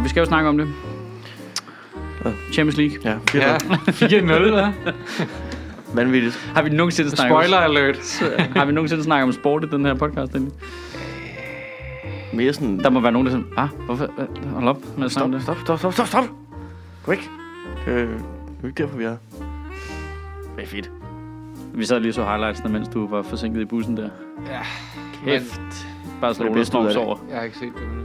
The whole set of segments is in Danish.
vi skal jo snakke om det. Champions League. Ja, 4-0, hva'? Vanvittigt. Har vi nogensinde snakket Spoiler alert. Har vi nogensinde snakket om sport i den her podcast egentlig? Mere sådan... Der må være nogen, der siger, hvorfor? Hold op med at snakke om det. Stop. Gå væk. Det er jo ikke derfor, vi er. Det er fedt. Vi sad lige så highlightsene, mens du var forsinket i bussen der. Ja. Kæft. Bare slå det det bedste ud af det. over. Jeg har ikke set det endnu.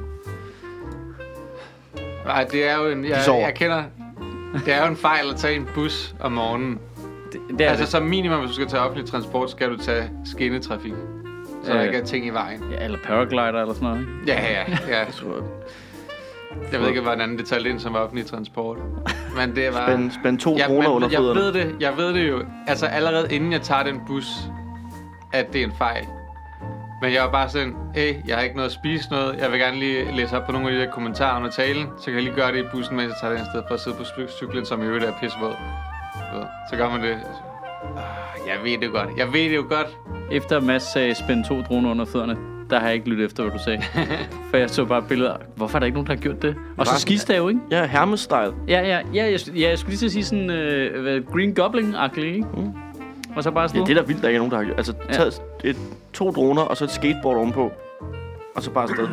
Nej, det er jo en... Jeg kender... Det er jo en fejl at tage en bus om morgenen. Det er altså det. som minimum, hvis du skal tage offentlig transport, skal du tage skinnetrafik. Så der ikke er ting i vejen. Ja, eller paraglider eller sådan noget, ikke? Ja. Jeg ved ikke, hvordan det talte ind som offentlig transport. Men det var... Spænd 2 droner under fødderne. Jeg ved det jo. Altså allerede inden jeg tager den bus, at det er en fejl. Men jeg var bare sådan, hey, jeg har ikke noget at spise noget. Jeg vil gerne lige læse op på nogle af de der kommentarer under talen. Så kan jeg lige gøre det i bussen, mens jeg tager den sted for at sidde på cyklen, som i øvrigt er pissevåd. Så gør man det. Jeg ved det jo godt. Efter Mads sagde, spænd 2 droner under fødderne, der har jeg ikke lyttet efter, hvad du sagde. For jeg så bare billeder. Hvorfor er der ikke nogen, der har gjort det? Og så skistav, ikke? Ja, Hermes-style. Ja, jeg skulle lige til at sige sådan Green Goblin-agtig, ikke? Og så bare sådan. Ja, det er da vildt, der ikke er nogen, der har gjort. Altså, taget 2 droner, og så et skateboard ovenpå. Og så bare afsted.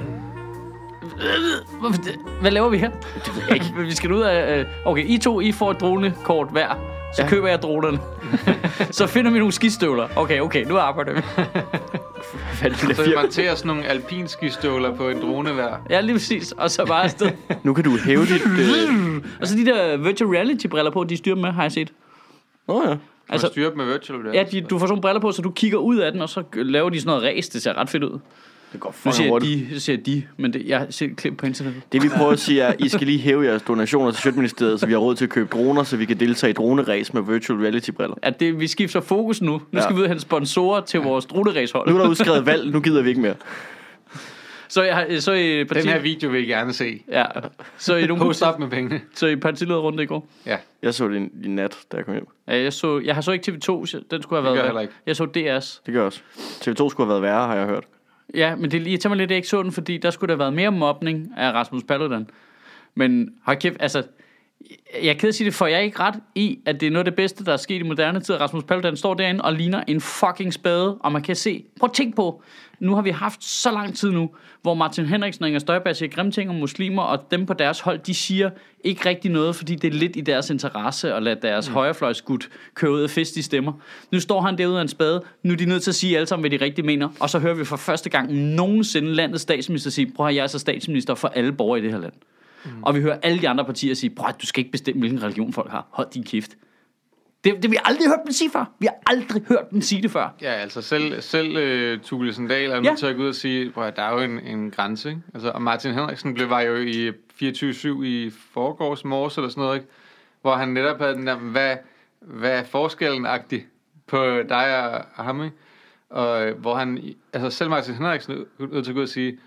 Hvad laver vi her? Det ved jeg ikke. Vi skal ud af... Okay, I får et dronekort hver. Så køber jeg dronerne. Så finder vi nogle skistøvler. Okay, nu arbejder vi. Så vi monterer sådan nogle alpinskistøvler på en drone hver. Ja, lige præcis. Og så bare afsted. Nu kan du hæve dit... Og så de der virtual reality briller på, de styrer med, har jeg set. Ja. Altså styrer med virtual reality. Ja, du får sådan nogle briller på, så du kigger ud af den, og så laver de sådan noget ræs. Det ser ret fedt ud. Det går nu siger de, men jeg ser et klip på internettet. Det vi prøver at sige er, I skal lige hæve jeres donationer til Sjøtministeriet, så vi har råd til at købe droner, så vi kan deltage i droneræs med virtual reality briller. Ja, vi skifter fokus nu. Nu skal vi ud og hente sponsorer til vores droneræshold. Nu er der udskrevet valg, nu gider vi ikke mere. Så i den her video vil jeg gerne se. Ja. Så i nogle post op med pengene. Så i partilederrunde i går. Ja. Jeg så det i nat, da jeg kom hjem. Ja, jeg har så ikke TV2, den skulle have været. Jeg så DR's. Det gør også. TV2 skulle have været værre, har jeg hørt. Ja, men det irriterer mig lidt, at jeg ikke så den, fordi der skulle der have været mere mobning af Rasmus Paludan. Men hold kæft, altså, jeg er ked at sige det, for jeg er ikke ret i, at det er noget af det bedste, der er sket i moderne tid. Rasmus Paludan står derinde og ligner en fucking spade, og man kan se, prøv at tænke på, nu har vi haft så lang tid nu, hvor Martin Henriksen og Inger Støjberg siger grimme ting om muslimer, og dem på deres hold, de siger ikke rigtig noget, fordi det er lidt i deres interesse at lade deres højrefløjsgut køre ud af fest i stemmer. Nu står han derude af en spade, nu er de nødt til at sige alle sammen, hvad de rigtig mener, og så hører vi for første gang nogensinde landets statsminister sige, prøv at jeg er så statsminister for alle borgere i det her land. Og vi hører alle de andre partier sige, prøv at du skal ikke bestemme, hvilken religion folk har. Hold din kæft. Det vi har aldrig hørt dem sige før. Vi har aldrig hørt dem sige det før. Ja, altså selv Thulesen Dahl er nødt til at gå ud og sige, at der er jo en grænse, ikke? Altså, og Martin Henriksen var jo i 24/7 i forgårs morges eller sådan noget, ikke? Hvor han netop havde den der, hvad er forskellen-agtig på dig og ham, ikke? Og hvor han, altså selv Martin Henriksen er nødt til at gå ud og sige,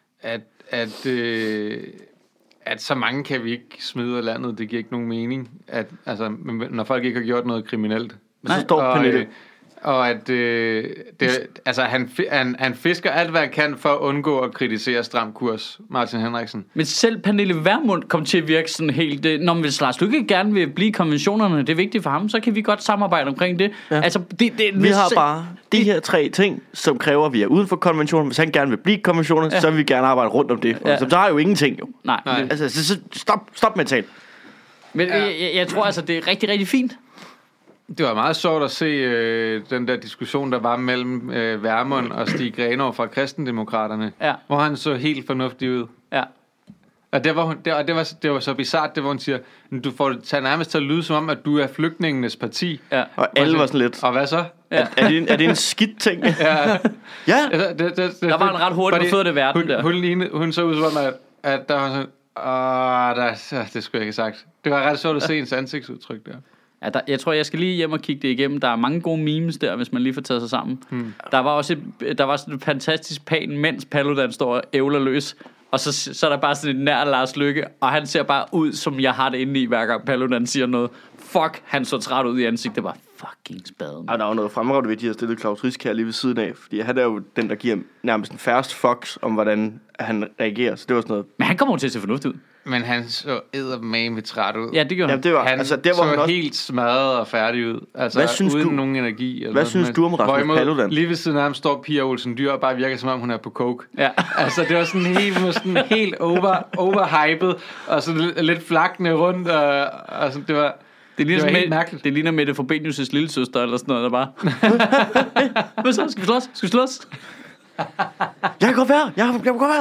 at så mange kan vi ikke smide ud af landet, det giver ikke nogen mening, at, altså, når folk ikke har gjort noget kriminelt. Men så står Pernille. Og at altså han fisker alt, hvad han kan for at undgå at kritisere stram kurs, Martin Henriksen. Men selv Pernille Vermund kom til at virke sådan helt, når hvis Lars Løkke gerne vil blive konventionerne, det er vigtigt for ham, så kan vi godt samarbejde omkring det. Ja. Altså, vi har bare de her 3 ting, som kræver, at vi er uden for konventionen. Hvis han gerne vil blive konventioner, så vil vi gerne arbejde rundt om det. Så der er jo ingenting jo. Nej. Altså, stop med at tale. Men jeg tror altså, det er rigtig, rigtig fint. Det var meget sjovt at se den der diskussion, der var mellem Vermund og Stig Grenov fra Kristendemokraterne, hvor han så helt fornuftig ud. Ja. Og det var så bizarrt, det hvor hun siger, du får det nærmest til at lyde som om, at du er flygtningenes parti. Ja. Og alle var sådan lidt. Og hvad så? Ja. Er det en skidt ting? Ja. Der var en ret hurtigt på fødte verden der. Hun så ud som om, at der var sådan, det skulle jeg ikke have sagt. Det var ret sjovt at se ens ansigtsudtryk der. Ja, jeg tror, jeg skal lige hjem og kigge det igennem. Der er mange gode memes der, hvis man lige får taget sig sammen. Der var også sådan et fantastisk pan, mens Paludan står og ævler løs. Og så er der bare sådan et nær Lars Løkke, og han ser bare ud, som jeg har det inde i, hver gang Paludan siger noget fuck, han så træt ud i ansigtet. Det var fucking spaden. Og der var noget fremragende ved, at de har stillet Claus Riskær lige ved siden af. Fordi han er jo den, der giver nærmest en fast fox om, hvordan han reagerer. Så det var sådan noget... Men han kommer jo til at se fornuftigt ud. Men han så eddermame træt ud. Ja, det gjorde han. det var, Han altså, der så var han også... helt smadret og færdig ud. Altså Hvad synes uden du- nogen energi. Eller Hvad synes du om Rasmus Paludan? Lige ved siden af ham står Pia Olsen Dyr og bare virker som om hun er på coke. Ja. Altså det var sådan helt overhypet og sådan lidt flakne rundt og sådan, det var Det helt mærkeligt. Det ligner Mette Frobenius' lille søster eller sådan noget, der bare... Hvad så? Skal vi slås? Skal vi slås? Jeg kan godt være! Jeg kan godt være!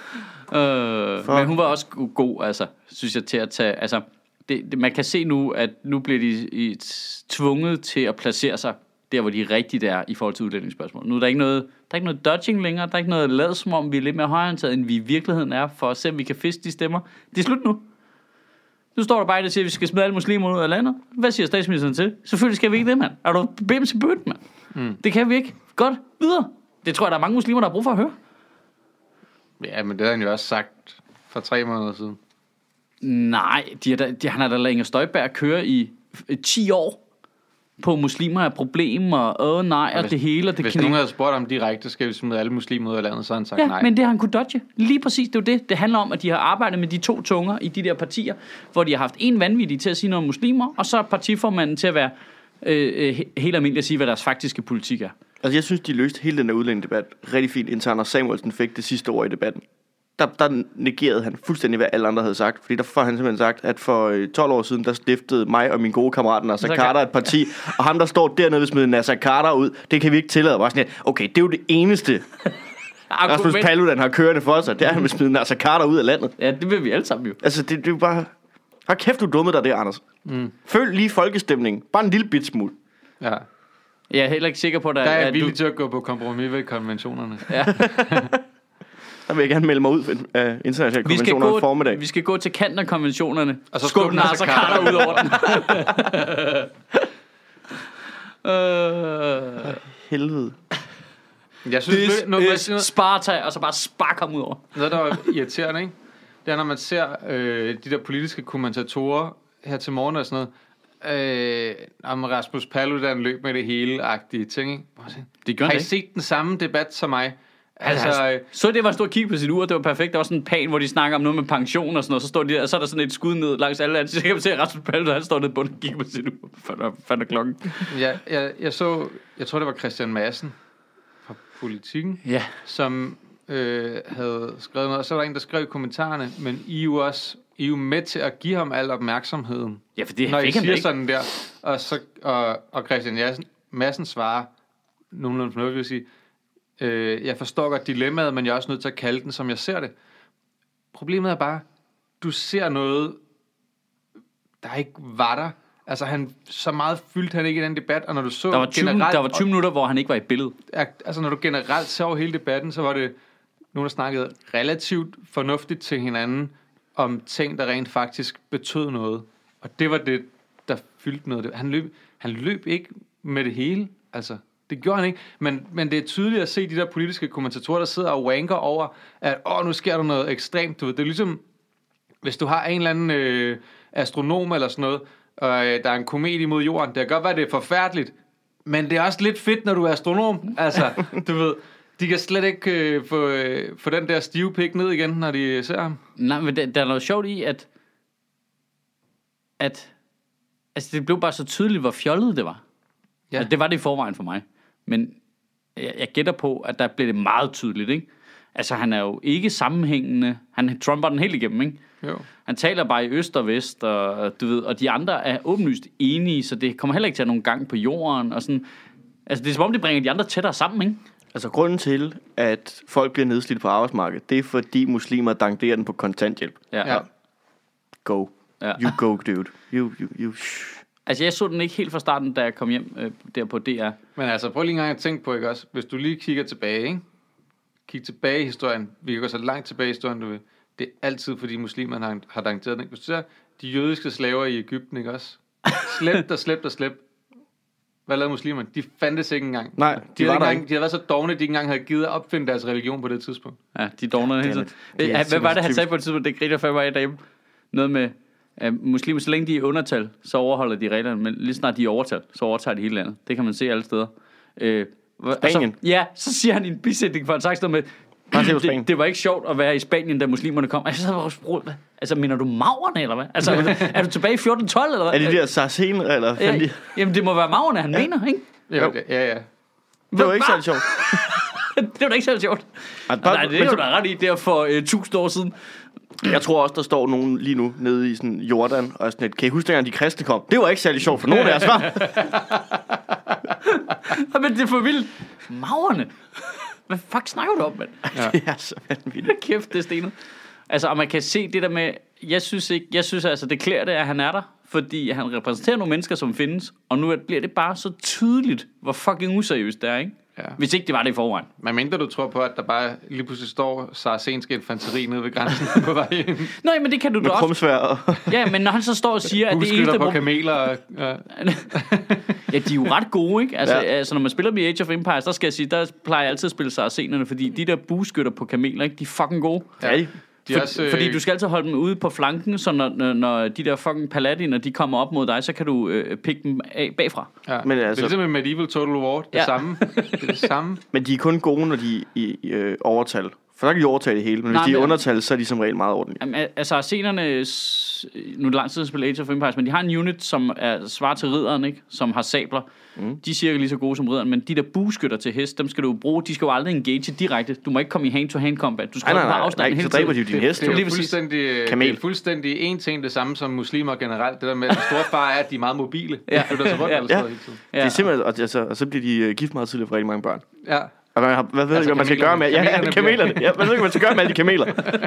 Men hun var også god, altså, synes jeg, til at tage... Altså, man kan se nu, at nu bliver de tvunget til at placere sig der, hvor de rigtigt er i forhold til udlændingsspørgsmål. Nu er der ikke noget dodging længere, der er ikke noget lad som om, vi er lidt mere højreorienteret, end vi i virkeligheden er, for at se, om vi kan fiske de stemmer. Det er slut nu. Nu står der bare, der siger, at vi skal smide alle muslimer ud af landet. Hvad siger statsministeren til? Selvfølgelig skal vi ikke det, mand. Er du bim til bødt, mand? Det kan vi ikke. Godt, videre. Det tror jeg, der er mange muslimer, der har brug for at høre. Ja, men det har han jo også sagt for 3 måneder siden. Nej, han har da ladet Inger Støjberg køre i 10 år på muslimer er problemer, og nej, og det hele, og det Hvis nogen havde spurgt ham direkte, skal vi smide alle muslimer ud af landet, så har han sagt ja, nej. men det har han kunne dodge. Lige præcis, det er jo det. Det handler om, at de har arbejdet med de 2 tunger i de der partier, hvor de har haft en vanvittig til at sige noget om muslimer, og så partiformanden til at være helt almindelig at sige, hvad deres faktiske politik er. Altså, jeg synes, de løste hele den der udlændingedebat rigtig fint, indtil Anders Samuelsen fik det sidste år i debatten. Der negerede han fuldstændig, hvad alle andre havde sagt. Fordi der får han simpelthen sagt, at for 12 år siden, der stiftede mig og min gode kammerat Nasser Carter et parti. Og ham, der står dernede og smider Nasser Carter ud, det kan vi ikke tillade. Bare sådan, okay, det er jo det eneste, Rasmus Paludan har kørende for sig. Det er, at han vil smide Nasser Carter ud af landet. Ja, det vil vi alle sammen jo. Altså, det er jo bare... Hold kæft, du dummede dig der, Anders. Følg lige folkestemningen. Bare en lille bit smule. Ja. Jeg er heller ikke sikker på, at der er jeg villig til at gå på kompromis ved konventionerne. Ja. Der vil jeg gerne melde mig ud af internationale konventioner i formiddag. Vi skal gå til kanten af konventionerne. Og så skubbe Nasser Carter ud over den. Helvede. Jeg synes, This Sparta, og så bare spark ham ud over. Noget, der var irriterende, ikke? Det er, når man ser de der politiske kommentatorer her til morgen og sådan noget, om Rasmus Paludan løb med det hele-agtige ting, ikke? Det gør har I ikke. set den samme debat som mig? Så det var stort kig på sit ur, det var perfekt. Der var sådan en pan, hvor de snakker om noget med pension og sådan noget. Så står de der, og så er der sådan et skud ned langs alle andre. Så kan man se, at Rasmus Paludan, han står nede i bunden og kigger på sit ur. Fandt klokken. Ja, jeg tror det var Christian Madsen fra Politikken, ja, som havde skrevet noget. Og så var der en, der skrev i kommentarerne, men I er jo med til at give ham al opmærksomheden. ja, for det når I fik han siger ikke. sådan der. Og Christian Madsen svarer nogenlunde fornuftigt, vil sige, jeg forstår godt dilemmaet, men jeg er også nødt til at kalde den, som jeg ser det. Problemet er bare, du ser noget, der ikke var der. Altså, så meget fyldte han ikke i den debat, og når du så Der var 20 minutter, hvor han ikke var i billedet. Altså, når du generelt så over hele debatten, så var det nogen, der snakkede relativt fornuftigt til hinanden, om ting, der rent faktisk betød noget. Og det var det, der fyldte noget. Han løb ikke med det hele, altså. Det gjorde han ikke, men det er tydeligt at se de der politiske kommentatorer, der sidder og wanker over, at nu sker der noget ekstremt. Du ved, det er ligesom, hvis du har en eller anden astronom eller sådan noget, og der er en komedie mod jorden, det kan godt være, det er forfærdeligt, men det er også lidt fedt, når du er astronom. Altså, du ved, de kan slet ikke få den der stive pik ned igen, når de ser ham. Nej, men der er noget sjovt i, at altså, det blev bare så tydeligt, hvor fjollet det var. Ja. Altså, det var det i forvejen for mig. Men jeg gætter på, at der blev det meget tydeligt, ikke? Altså, han er jo ikke sammenhængende. Han trumper den helt igennem, ikke? Jo. Han taler bare i øst og vest, og du ved, og de andre er åbenlyst enige, så det kommer heller ikke til at have nogen gang på jorden, og sådan. Altså, det er som om, det bringer de andre tættere sammen, ikke? Altså, grunden til, at folk bliver nedslidt på arbejdsmarkedet, det er fordi muslimer danderer den på kontanthjælp. Ja. Go. Ja. You go, dude. You. Altså, jeg så den ikke helt fra starten, da jeg kom hjem der på DR. Men altså, prøv lige en gang at tænke på, ikke også? Hvis du lige kigger tilbage, ikke? Kig tilbage i historien. Vi kan gå så langt tilbage i historien, du vil. Det er altid, fordi muslimerne har dankeret den. Hvis du ser de jødiske slaver i Egypten, ikke også? Slæbt. Hvad lavede muslimerne? De fandtes ikke engang. Nej, de havde været så dovne, de ikke engang havde givet at opfinde deres religion på det tidspunkt. Ja, de dognede hele tiden. Hvad var det, han sagde på et tidspunkt? Det griner fandme af derhjemme. Noget med, Muslimer, så længe de er i undertal, så overholder de reglerne, men lige snart de er overtal, så overtager de hele landet. Det kan man se alle steder. Spanien? Så siger han i en bisætning, for han sagt noget med, det var ikke sjovt at være i Spanien, da muslimerne kom. Altså, mener du maurerne, eller hvad? Altså, er du tilbage i 1412, eller hvad? Er det der sarsener, eller? Jamen, det må være maurerne, han mener, ikke? Jo. Ja. Det var ikke særlig sjovt. Det var da ikke særlig sjovt. Nej, det er jo da ret i, der for 1000 år siden. Jeg tror også, der står nogen lige nu nede i sådan Jordan, og sådan et, kan I huske, dengang de kristne kom? Det var ikke særlig sjovt for nogen af os, hva'? Men det er for vildt. Maurerne? Hvad fuck snakker du om, mand? Ja. Det er så vanvittigt. Kæft, det er stenet. Altså, og man kan se det der med, jeg synes altså, det klæder det, at han er der, fordi han repræsenterer nogle mennesker, som findes, og nu bliver det bare så tydeligt, hvor fucking useriøst det er, ikke? Ja. Hvis ikke det var det i forvejen. Men mindre du tror på, at der bare lige pludselig står saracenske infanteri nede ved grænsen på vej ind. Nej, men det kan du da også. Med krumsvær. Ja, men når han så står og siger, at det eneste... på kameler. Ja, de er jo ret gode, ikke? Altså, når man spiller med Age of Empires, der skal jeg sige, der plejer jeg altid at spille saracenerne, fordi de der bueskytter på kameler, ikke? De er fucking gode. Ja. Fordi du skal altid holde dem ude på flanken, så når de der fucking paladiner, de kommer op mod dig, så kan du pikke dem af bagfra. Ja. Men altså, det er ligesom med Medieval Total War, det samme. Det er det samme. Men de er kun gode, når de er i overtal. For der kan de overtage det hele, men hvis de er i undertal, så er de som regel meget ordentlige. Altså, scenerne, nu er det lang tid at spille Age of Empires, men de har en unit, som er svar til ridderen, ikke? Som har sabler. De er cirka lige så gode som ridderen, men de der bueskytter til hest, dem skal du bruge, de skal jo aldrig engage direkte. Du må ikke komme i hand-to-hand combat. Du skal nej, bare afstande hele tiden. Så dræber de jo din hest. Det er fuldstændig en ting, det samme som muslimer generelt. Det der med, at den store far er, at de er meget mobile. Ja. Det er simpelthen, og så bliver de gift meget tidligt for rigtig mange børn. Ja. Og hvad ved jeg, man skal gøre med kamelerne? Ja, hvad ved jeg, man skal gøre med alle de kameler?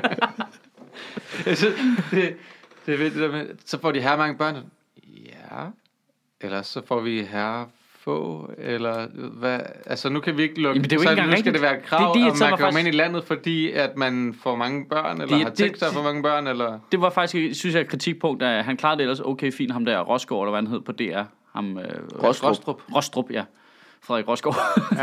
Det er det der med, så får de her mange børn. Ja. Eller så får vi her få, eller hvad? Altså nu kan vi ikke lukke. Jamen, det er jo ikke nu skal det være krav, om man kan komme ind i landet, fordi at man får mange børn, eller har tænkt sig for mange børn, eller? Det var faktisk, synes jeg, et kritikpunkt, at han klarede det ellers okay fint, ham der Rosgaard, eller hvad han hed på DR. Ham, Rostrup, ja. Frederik Rosgaard.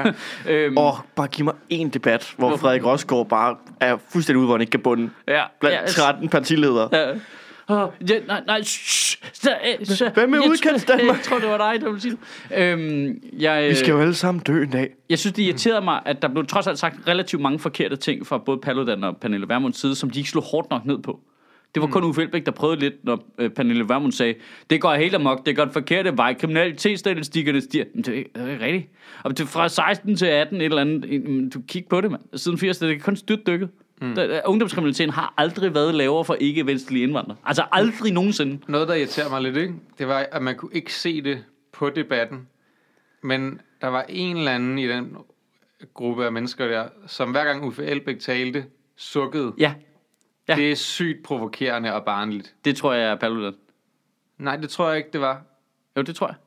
Ja. Bare giv mig en debat, hvor Frederik Rosgaard bare er fuldstændig ude, hvor han ikke kan bunde. Ja. Blandt 13 partiledere. Ja. Nej. Hvad med udkants Danmark? Jeg tror, det var dig, der ville sige det. Vi skal jo alle sammen dø en dag. Jeg synes, det irriterede mig, at der blev trods alt sagt relativt mange forkerte ting fra både Paludan og Pernille Vermunds side, som de ikke slog hårdt nok ned på. Det var kun Uffe Elbæk, der prøvede lidt, når Pernille Vermund sagde, det går helt amok, det går den forkerte vej, kriminalitetsstatistikkerne stiger. Men det er ikke rigtigt. Og fra 16 til 18, et eller andet, du kig på det, mand. Siden 80, det er kun styrtdykket. Ungdomskriminaliteten har aldrig været lavere for ikke-vestlige indvandrere. Altså aldrig nogensinde. Noget, der irriterer mig lidt, ikke? Det var, at man kunne ikke se det på debatten. Men der var en eller anden i den gruppe af mennesker der, som hver gang Uffe Elbæk talte, sukkede. Ja. Det er sygt provokerende og barnligt. Det tror jeg er Paludan. Nej, det tror jeg ikke, det var. Jo, det tror jeg.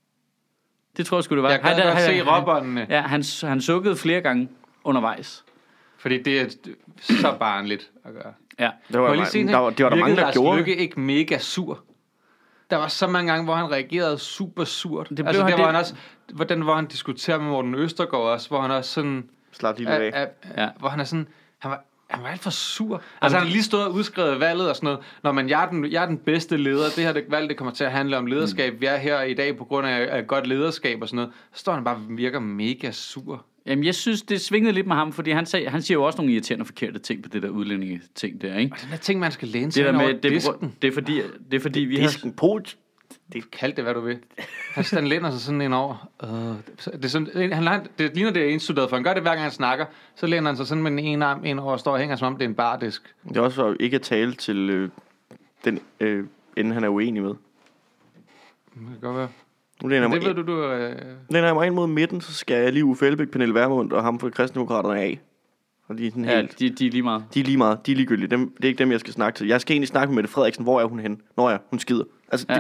Det tror jeg sgu, det var. Jeg kan godt se råbåndene. Ja, han sukkede flere gange undervejs. Fordi det er så barnligt at gøre. Ja, det var der mange, der gjorde. Lykke ikke mega sur. Der var så mange gange, hvor han reagerede super surt. Det altså, der var han også, hvor han diskuterer med Morten Østergaard også, hvor han også sådan... Slap lige af. Hvor han er sådan... Han var alt for sur. Altså, han har lige stået og udskrevet valget og sådan noget. Når man, jeg er den bedste leder. Det her valg, det kommer til at handle om lederskab. Vi er her i dag på grund af godt lederskab og sådan noget. Så står han bare og virker mega sur. Jamen, jeg synes, det svingede lidt med ham, fordi han siger jo også nogle irriterende og forkerte ting på det der udlændinge-ting der, ikke? Og den der ting, man skal læne sig over disken. Det er fordi vi disken, Polt. Det kald det, hvad du vil. Han læner sig sådan ind over. Det ligner det, jeg er indstuderet for. Han gør det, hver gang han snakker. Så læner han sig sådan med den ene arm ind over og står og hænger, som om det er en bardisk. Det er også for ikke at tale til den enden, han er uenig med. Det kan godt være. Nu læner jeg mig ind mod midten, så skal jeg lige Uffe Elbæk, Pernille Vermund og ham fra Kristendemokraterne af. Og de er sådan helt... de er lige meget. De er lige meget. De er ligegyldige. Det er ikke dem, jeg skal snakke til. Jeg skal egentlig snakke med Mette Frederiksen. Hvor er hun henne? Nå ja, hun skider. Altså,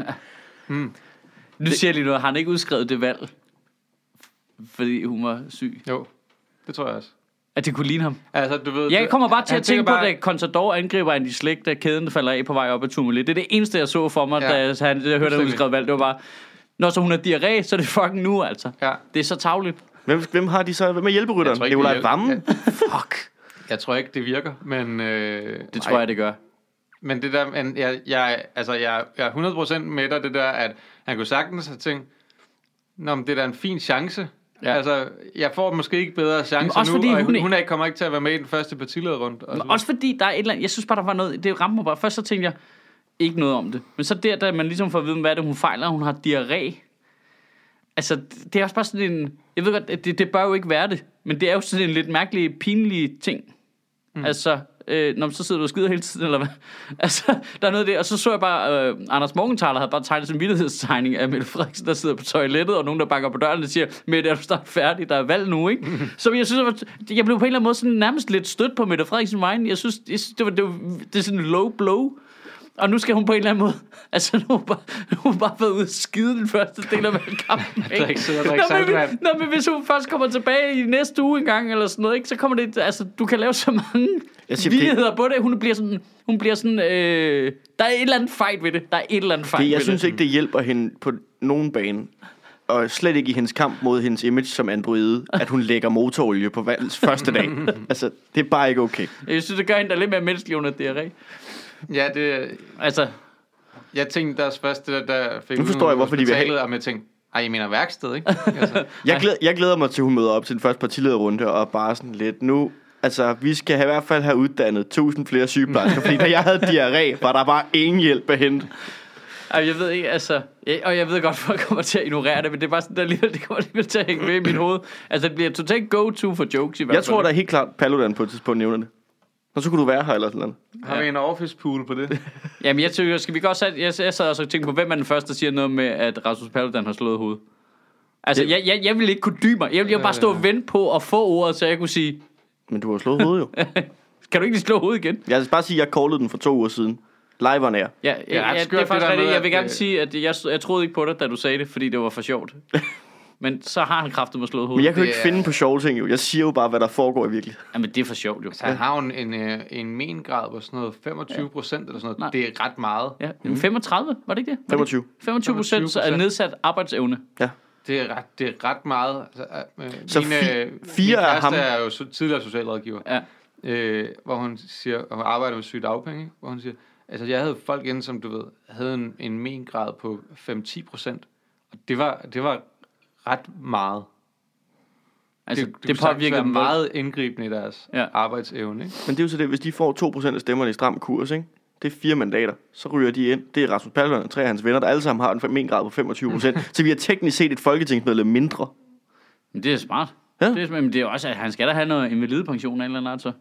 Nu siger jeg lige noget. Har han ikke udskrevet det valg? Fordi hun var syg? Jo, det tror jeg også. At det kunne ligne ham? Altså, du ved, jeg kommer bare til at tænke på, at Contador angriber en i slægt, da kæden falder af på vej op ad Tourmalet. Det er det eneste, jeg så for mig, da jeg hørte, at udskrevet valg. Det var bare, når så hun har diarré, så er det fucking nu, altså. Ja. Det er så tavligt. Hvem har de så? Hvem er hjælperytteren? Det er jo Leif Vammen. Fuck. Jeg tror ikke, det virker, men... det tror jeg, det gør. Men det der, men jeg er 100% med dig, det der, at han kunne sagtens have tænkt, nå, men det er da en fin chance. Ja. Altså, jeg får måske ikke bedre chancer nu, fordi og hun kommer ikke til at være med i den første partilederrunde. Også fordi der er et eller andet, jeg synes bare, der var noget, det ramte mig bare. Først så tænkte jeg ikke noget om det. Men så der man ligesom får at vide, hvad det hun fejler, hun har diarré. Altså, det er også bare sådan en, jeg ved godt, det bør jo ikke være det, men det er jo sådan en lidt mærkelig, pinlig ting. Altså, når man så sidder du og skider hele tiden, eller hvad? Altså, der er noget af det. Og så jeg bare, Anders Morgenthaler havde bare tegnet sådan en vittighedstegning af Mette Frederiksen, der sidder på toilettet, og nogen, der banker på døren og siger, Mette, er du snart færdig? Der er valg nu, ikke? Så jeg synes, jeg blev på en eller anden måde sådan nærmest lidt stødt på Mette Frederiksen vejen. Jeg synes det er sådan en low blow. Og nu skal hun på en eller anden måde, altså nu har hun bare været ude at skide den første del af valgkampen. Men hvis hun først kommer tilbage i næste uge engang, eller sådan noget, ikke, så kommer det, altså du kan lave så mange vildheder på det. Hun bliver sådan, der er et eller andet fight ved det. Jeg synes ikke, det hjælper hende på nogen bane. Og slet ikke i hendes kamp mod hendes image som androide, at hun lægger motorolie på valgets første dag. Altså, det er bare ikke okay. Jeg synes, det gør hende da lidt mere menneskelig under diarré. Ja, det... Altså... Jeg tænkte deres første, der fik... Nu forstår jeg, hvorfor de vil have... Og jeg tænkte, I mener værksted, ikke? Altså. Jeg glæder mig til, at hun møder op til den første partilederrunde, og bare sådan lidt nu... Altså, vi skal i hvert fald have uddannet 1000 flere sygeplejersker, fordi da jeg havde diarré, var der bare ingen hjælp at hente. Jeg ved ikke, altså... Og jeg ved godt, at folk kommer til at ignorere det, men det er bare sådan, det kommer alligevel til at hænge med i mit hoved. Altså, det bliver totalt go-to for jokes i hvert fald. Jeg tror, der er helt klart Paludan på et tidspunkt nævner det. Og så kunne du være her eller sådan noget. Har vi en office pool på det? Jamen, jeg tænker, skal vi godt sætte... Jeg sad også og tænkte på, hvem er den første, der siger noget med, at Rasmus Paludan har slået hovedet. Altså, jeg ville ikke kunne dybe mig. Jeg ville bare stå og vente på at få ordet, så jeg kunne sige... Men du har slået hovedet jo. Kan du ikke lige slå hovedet igen? Jeg vil bare sige, at jeg callede den for 2 uger siden. Live on air. Ja, det er faktisk rigtigt. Jeg vil gerne sige, at jeg troede ikke på dig, da du sagde det, fordi det var for sjovt. Men så har han kraftet med slået hovedet. Men jeg kan jo ikke finde på sjove ting, jo. Jeg siger jo bare, hvad der foregår i virkeligheden. Jamen, det er for sjovt, jo. Så han har jo en mengrad på sådan noget 25% eller sådan noget. Nej. Det er ret meget. Ja, 35, var det ikke det? 25. 25% så er nedsat arbejdsevne. Ja. Det er ret meget. Så fire af ham er jo tidligere socialrådgiver. Ja. Hvor hun siger, og hun arbejder med sygedagpenge, hvor hun siger, altså jeg havde folk inde, som du ved, havde en mengrad på 5-10%. Og det var ret meget. Altså, det påvirker meget indgribende i deres arbejdsevne, ikke? Men det er jo så det, hvis de får 2% af stemmerne i stram kurs, ikke? Det er 4 mandater. Så ryger de ind. Det er Rasmus Paludan og 3 af hans venner, der alle sammen har en grad på 25%. Så vi har teknisk set et folketingsmedlem mindre. Men det er smart. Ja. Det er også, at han skal da have noget invalidepension eller noget, så.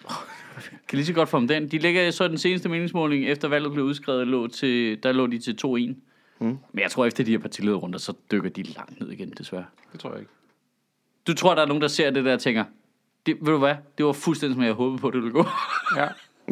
Kan lige så godt få om den. De ligger så den seneste meningsmåling, efter valget blev udskrevet, der lå de til 2-1. Men jeg tror, efter de her partilederrunder, så dykker de langt ned igen, desværre. Det tror jeg ikke. Du tror, der er nogen, der ser det der og tænker, ved du hvad, det var fuldstændig, som jeg håbede på, det ville gå. Ja.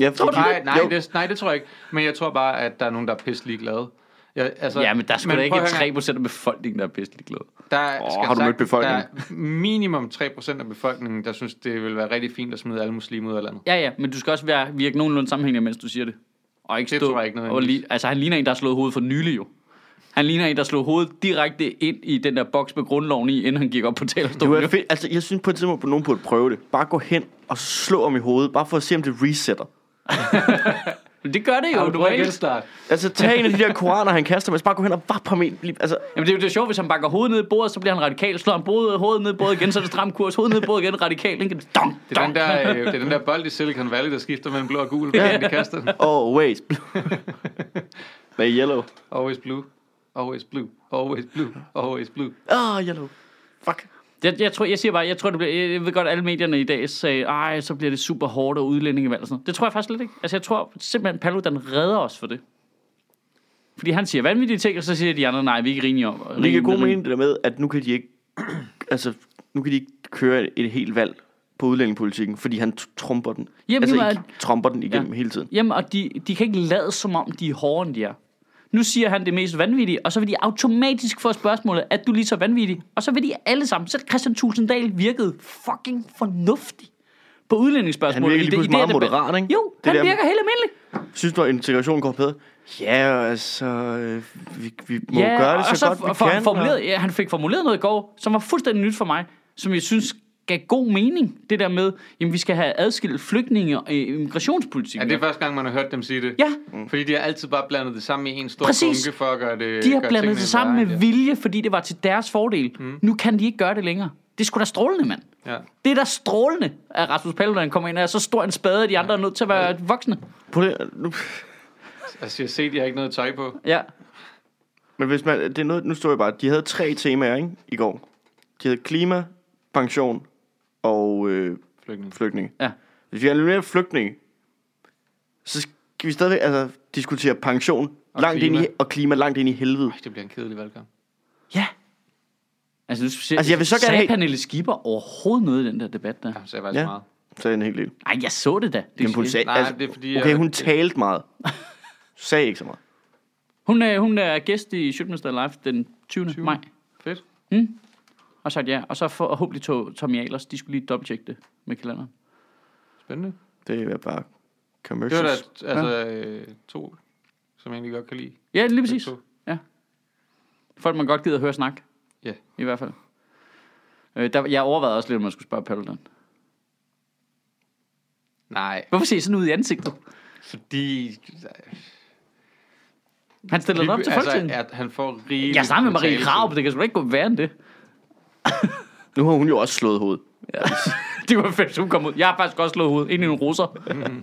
Nej, det tror jeg ikke. Men jeg tror bare, at der er nogen, der er pisse ligeglade. Ja, men der er sgu da ikke 3% af befolkningen, der er pisse ligeglade. Har du mødt befolkningen? Der er minimum 3% af befolkningen, der synes, det vil være rigtig fint at smide alle muslimer ud af landet. Ja, men du skal også virke nogenlunde sammenhængende, mens du siger det. Og ikke det stå, tror jeg ikke noget. Altså, han ligner en, der har slået hovedet for nylig jo. Han ligner en, der slog hovedet direkte ind i den der boks med grundloven i, inden han gik op på talerstolen. Det var altså, jeg synes på et tidspunkt, at nogen burde prøve det. Bare gå hen og slå om i hovedet, bare for at se, om det resetter. Det gør det jo. Du må genstarte. Altså, tag en af de der koraner, han kaster, men så bare gå hen og vap ham ind. Altså. Jamen, det er jo sjovt, hvis han banker hovedet ned i bordet, så bliver han radikal. Slår han hovedet ned i bordet igen, så er det stram kurs. Hovedet ned i bordet igen, radikal. Det er den der bold i Silicon Valley, der skifter mellem blå og gul, hver gang de kaster den. Always blue. Med yellow. Always blue. Always blue. Always blue. Always blue. Yellow. Fuck. Jeg tror, det bliver, jeg ved godt, alle medierne i dag sagde, så bliver det super hårdt og udlændingevalg og sådan noget. Det tror jeg faktisk lidt ikke. Altså, jeg tror simpelthen, Paludan redder os for det. Fordi han siger vanvittige ting, og så siger de andre, nej, vi er ikke ringe om. Det er god mening det der med, at nu kan de ikke køre et helt valg på udlændingepolitikken, fordi han trumper den. Trumper den igennem hele tiden. Jamen, og de kan ikke lade som om, de er hårdere, end de er. Nu siger han det mest vanvittige, og så vil de automatisk få spørgsmålet, at du lige så vanvittig. Og så vil de alle sammen. Så Christian Thulesen Dahl virkede fucking fornuftig på udlændingsspørgsmålet. Han virker lige pludselig meget moderat, ikke? Jo, han virker helt almindelig. Synes du, at integrationen går bedre? Ja, altså, vi må gøre det så godt vi kan. Han fik formuleret noget i går, som var fuldstændig nyt for mig, som jeg synes gav god mening, det der med, jamen vi skal have adskilt flygtninge og immigrationspolitik. Ja, det er første gang, man har hørt dem sige det. Ja. Fordi de har altid bare blandet det sammen i en stor Præcis. bunke for at gøre det. De har blandet det sammen med vilje, fordi det var til deres fordel. Nu kan de ikke gøre det længere. Det er sgu da strålende, mand. Ja. Det er da strålende, at Rasmus Paludan kommer ind og er så stor en spade, at de andre er nødt til at være voksne. Altså, jeg ser, de har ikke noget tøj på. Ja. Men hvis man, det er noget, nu står jeg bare, de havde 3 temaer, ikke, i går. De havde klima, pension og flygtninge. Ja. Hvis vi har lidt mere flygtninge, så skal vi stadig diskutere pension Og langt klima. ind i, og klima langt ind i helvede. Ej, det bliver en kedelig valgkamp. Ja. Altså, jeg vil så gerne sagde have- Pernille Skipper overhovedet noget i den der debat der? Ja, så er jeg faktisk meget. Så er det en helt del. Ej, jeg så det da. Jamen, hun sagde, Nej, det er fordi, okay, hun talte meget. Sagde ikke så meget. Hun er gæst i Sjøtminister Live den 20. maj. Fedt. Og sagt ja. Og så forhåbentlig Tommy Ahlers. De skulle lige dobbelttjekke det med kalenderen. Spændende. Det er bare Det commercials. var da to, som jeg egentlig godt kan lide. Ja, lige præcis. To. Ja. Folk, man godt gider at høre snak. Ja. I hvert fald. Jeg overvejede også lidt, om man skulle spørge Paludan. Nej, Hvorfor ser I sådan ud i ansigtet? fordi... Han stiller det op til Folketinget. at han får rigeligt... Jeg snakker med Marie taletid. Krarup, det kan sgu da ikke gå værre end det. Nu har hun jo også slået hovedet. Ja. Det var fedt, hun kom ud. Jeg har faktisk også slået hovedet ind i nogle russer.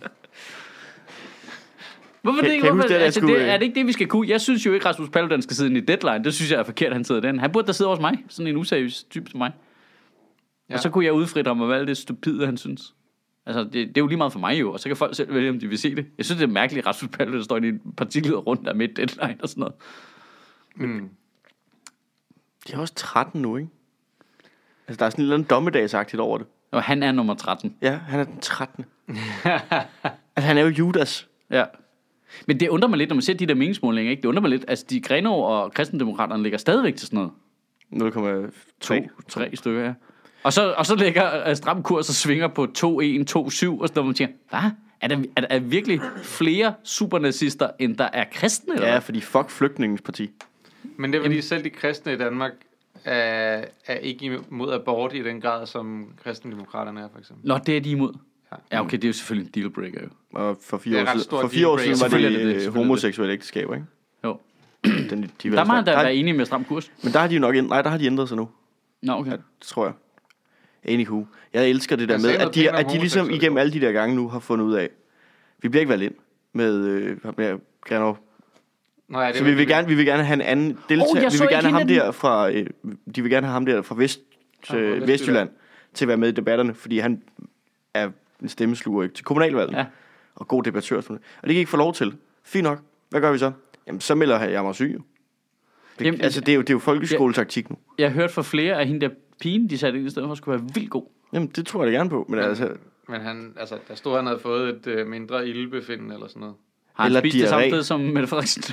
Hvorfor Kan- det ikke? kan I Hvorfor, huske det, der altså, skulle, er det ikke det, vi skal kunne? Jeg synes jo ikke, Rasmus Paludan skal sidde inde i Deadline. Det synes jeg er forkert, han sidder den. Han burde da sidde hos mig. Sådan en useriøs type som mig. Ja. Og så kunne jeg udfritte ham og valge det stupide, han synes. Altså, det er jo lige meget for mig jo. Og så kan folk selv vælge, om de vil se det. Jeg synes, det er mærkeligt, at Rasmus Paludan står i en partileder rundt der med Deadline og sådan noget. Mm. De er også 13 nu, ikke? Altså, der er sådan en eller anden dommedagsagtigt over det. Og han er nummer 13. Ja, han er den 13. Altså, han er jo Judas. Ja. Men det undrer mig lidt, når man ser de der meningsmålinger, ikke? Det undrer mig lidt. Altså, de Grenaa og Kristendemokraterne ligger stadigvæk til sådan noget. 3 stykker, ja. Og så ligger Stram Kurs og svinger på 2-1, 2-7 og sådan noget, hvor man tænker, hvad? Er der virkelig flere supernazister, end der er kristne? Eller Ja, hvad? fordi fuck flygtningens Men det er fordi selv de kristne i Danmark er ikke imod abort i den grad, som kristendemokraterne er, for eksempel. Nå, det er de imod. Ja. Ja, okay, det er jo selvfølgelig en dealbreaker, jo. Og for Det 4 er år ret siden, stor for 4 år dealbreaker. siden var Selvfølgelig er det det, det, selvfølgelig homoseksuelle ægteskaber, ikke? Jo. Der Der må han da være enig med Stram Kurs. Men der har de jo nok der har de ændret sig nu. Nå, okay. Ja, det tror jeg. Anywho. Jeg elsker det der Jeg med, sagde at noget pænt om de ligesom homoseksuelle. igennem alle de der gange nu har fundet ud af, vi bliver ikke valgt ind med Grenaa. Nå, ja, det Så var vi vil fordi- gerne have en anden deltager. jeg Vi så vil ikke gerne have ham hende der fra, de vil gerne have ham der fra Vestjylland til at være med i debatterne, fordi han er en stemmesluger til kommunalvalget. Ja. Og god debattør. Og det kan I ikke få lov til. Fint nok. Hvad gør vi så? Jamen, så melder jeg mig syg. Jamen, Det er jo folkeskoletaktik nu. Jeg har hørt fra flere af hende der pigen, de satte ind i stedet for, skulle være vildt god. Jamen, det tror jeg da gerne på. Men altså, Men der stod, han havde fået et mindre ildbefindende eller sådan noget. Har han Eller spist det samme diarré. sted som Mette Frederiksen?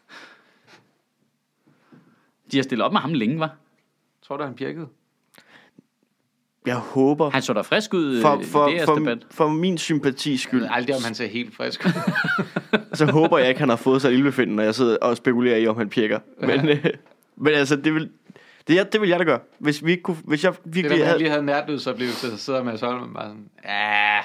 De har stillet op med ham længe, var? Tror du, han pirkede? jeg håber, Han så da frisk ud i for, DR's debat. for min sympatis Jeg skyld, ved aldrig, om han ser helt frisk. så håber jeg ikke, han har fået sig ildbefindende, når jeg sidder og spekulerer i, om han pjekker. Men altså, det vil jeg da gøre. Hvis vi ikke kunne, hvis jeg Det virkelig der, med, han havde... lige havde nærdødsoplevelse, så sidder Mads Holm bare sådan, ja,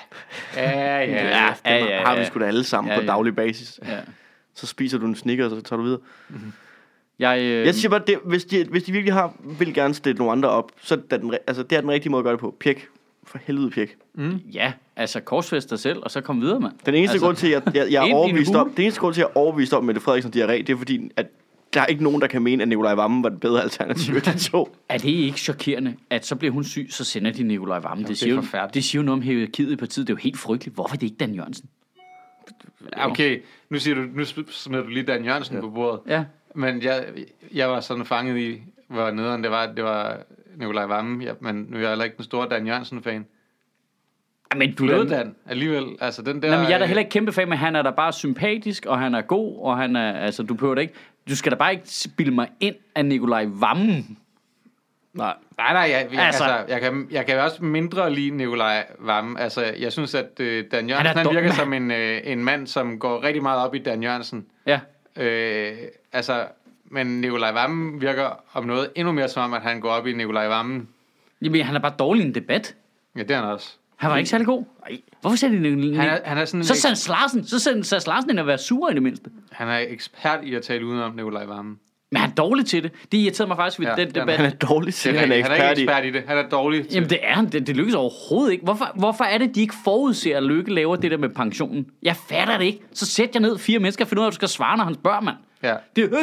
Har vi sgu da alle sammen Ja, på ja. daglig basis. Ja. Så spiser du en Snickers, og så tager du videre. Jeg Jeg siger bare, hvis de virkelig vil gerne stille nogle andre op, så er det er den rigtige måde at gøre det på. Pjek. For helvede pjek. ja, altså korsfæst dig selv, og så kom videre, mand. Den eneste Altså, grund til, at jeg er ind i en overbevist om, hule. det eneste grund til, at jeg er overbevist om Mette Frederiksen diarré, det er fordi, at der er ikke nogen, der kan mene, at Nikolaj Wammen var det bedre alternativ af de to. Er det ikke chokerende, at så bliver hun syg, så sender de Nikolaj Wammen? det er forfærdeligt. Det siger jo noget om hierarkiet i partiet. Det er jo helt frygteligt. Hvorfor er det ikke Dan Jørgensen? Okay, nu smider du lige Dan Jørgensen på bordet. Ja. Men jeg var sådan fanget i, hvor nederen det var Nikolaj Wammen. Men nu er jeg heller ikke den store Dan Jørgensen-fan. Men du Blød Dan, alligevel. Altså den der... Nej, men jeg er da heller ikke kæmpe fan, men han er da bare sympatisk, og han er god, og han er, altså du behøver da ikke, du skal da bare ikke spille mig ind af Nikolaj Wammen. Nej. Nej, jeg kan også mindre lide Nikolaj Wammen. Altså, jeg synes, at Dan Jørgensen, han dum. virker som en mand, som går rigtig meget op i Dan Jørgensen. Ja. Men Nikolaj Wammen virker om noget endnu mere som om, at han går op i Nikolaj Wammen. Jamen, han er bare dårlig i en debat. Ja, det er han også. Han var ikke særlig god. Nej. Hvorfor sætter de den? Han er sådan Så sendte Sass Larsen ind at være sur i det mindste. Han er ekspert i at tale udenom Nikolaj Wammen. Men han er dårlig til det. Det irriterede mig faktisk ved den debat. Han er dårlig til, han er ikke ekspert i. ekspert i det. Han er dårlig til. Jamen det er han. Det lykkes overhovedet ikke. Hvorfor er det, de ikke forudser, at Løkke laver det der med pensionen? Jeg fatter det ikke. Så sæt jer ned 4 mennesker og find ud af, at du skal svare, når han spørger, mand. Ja.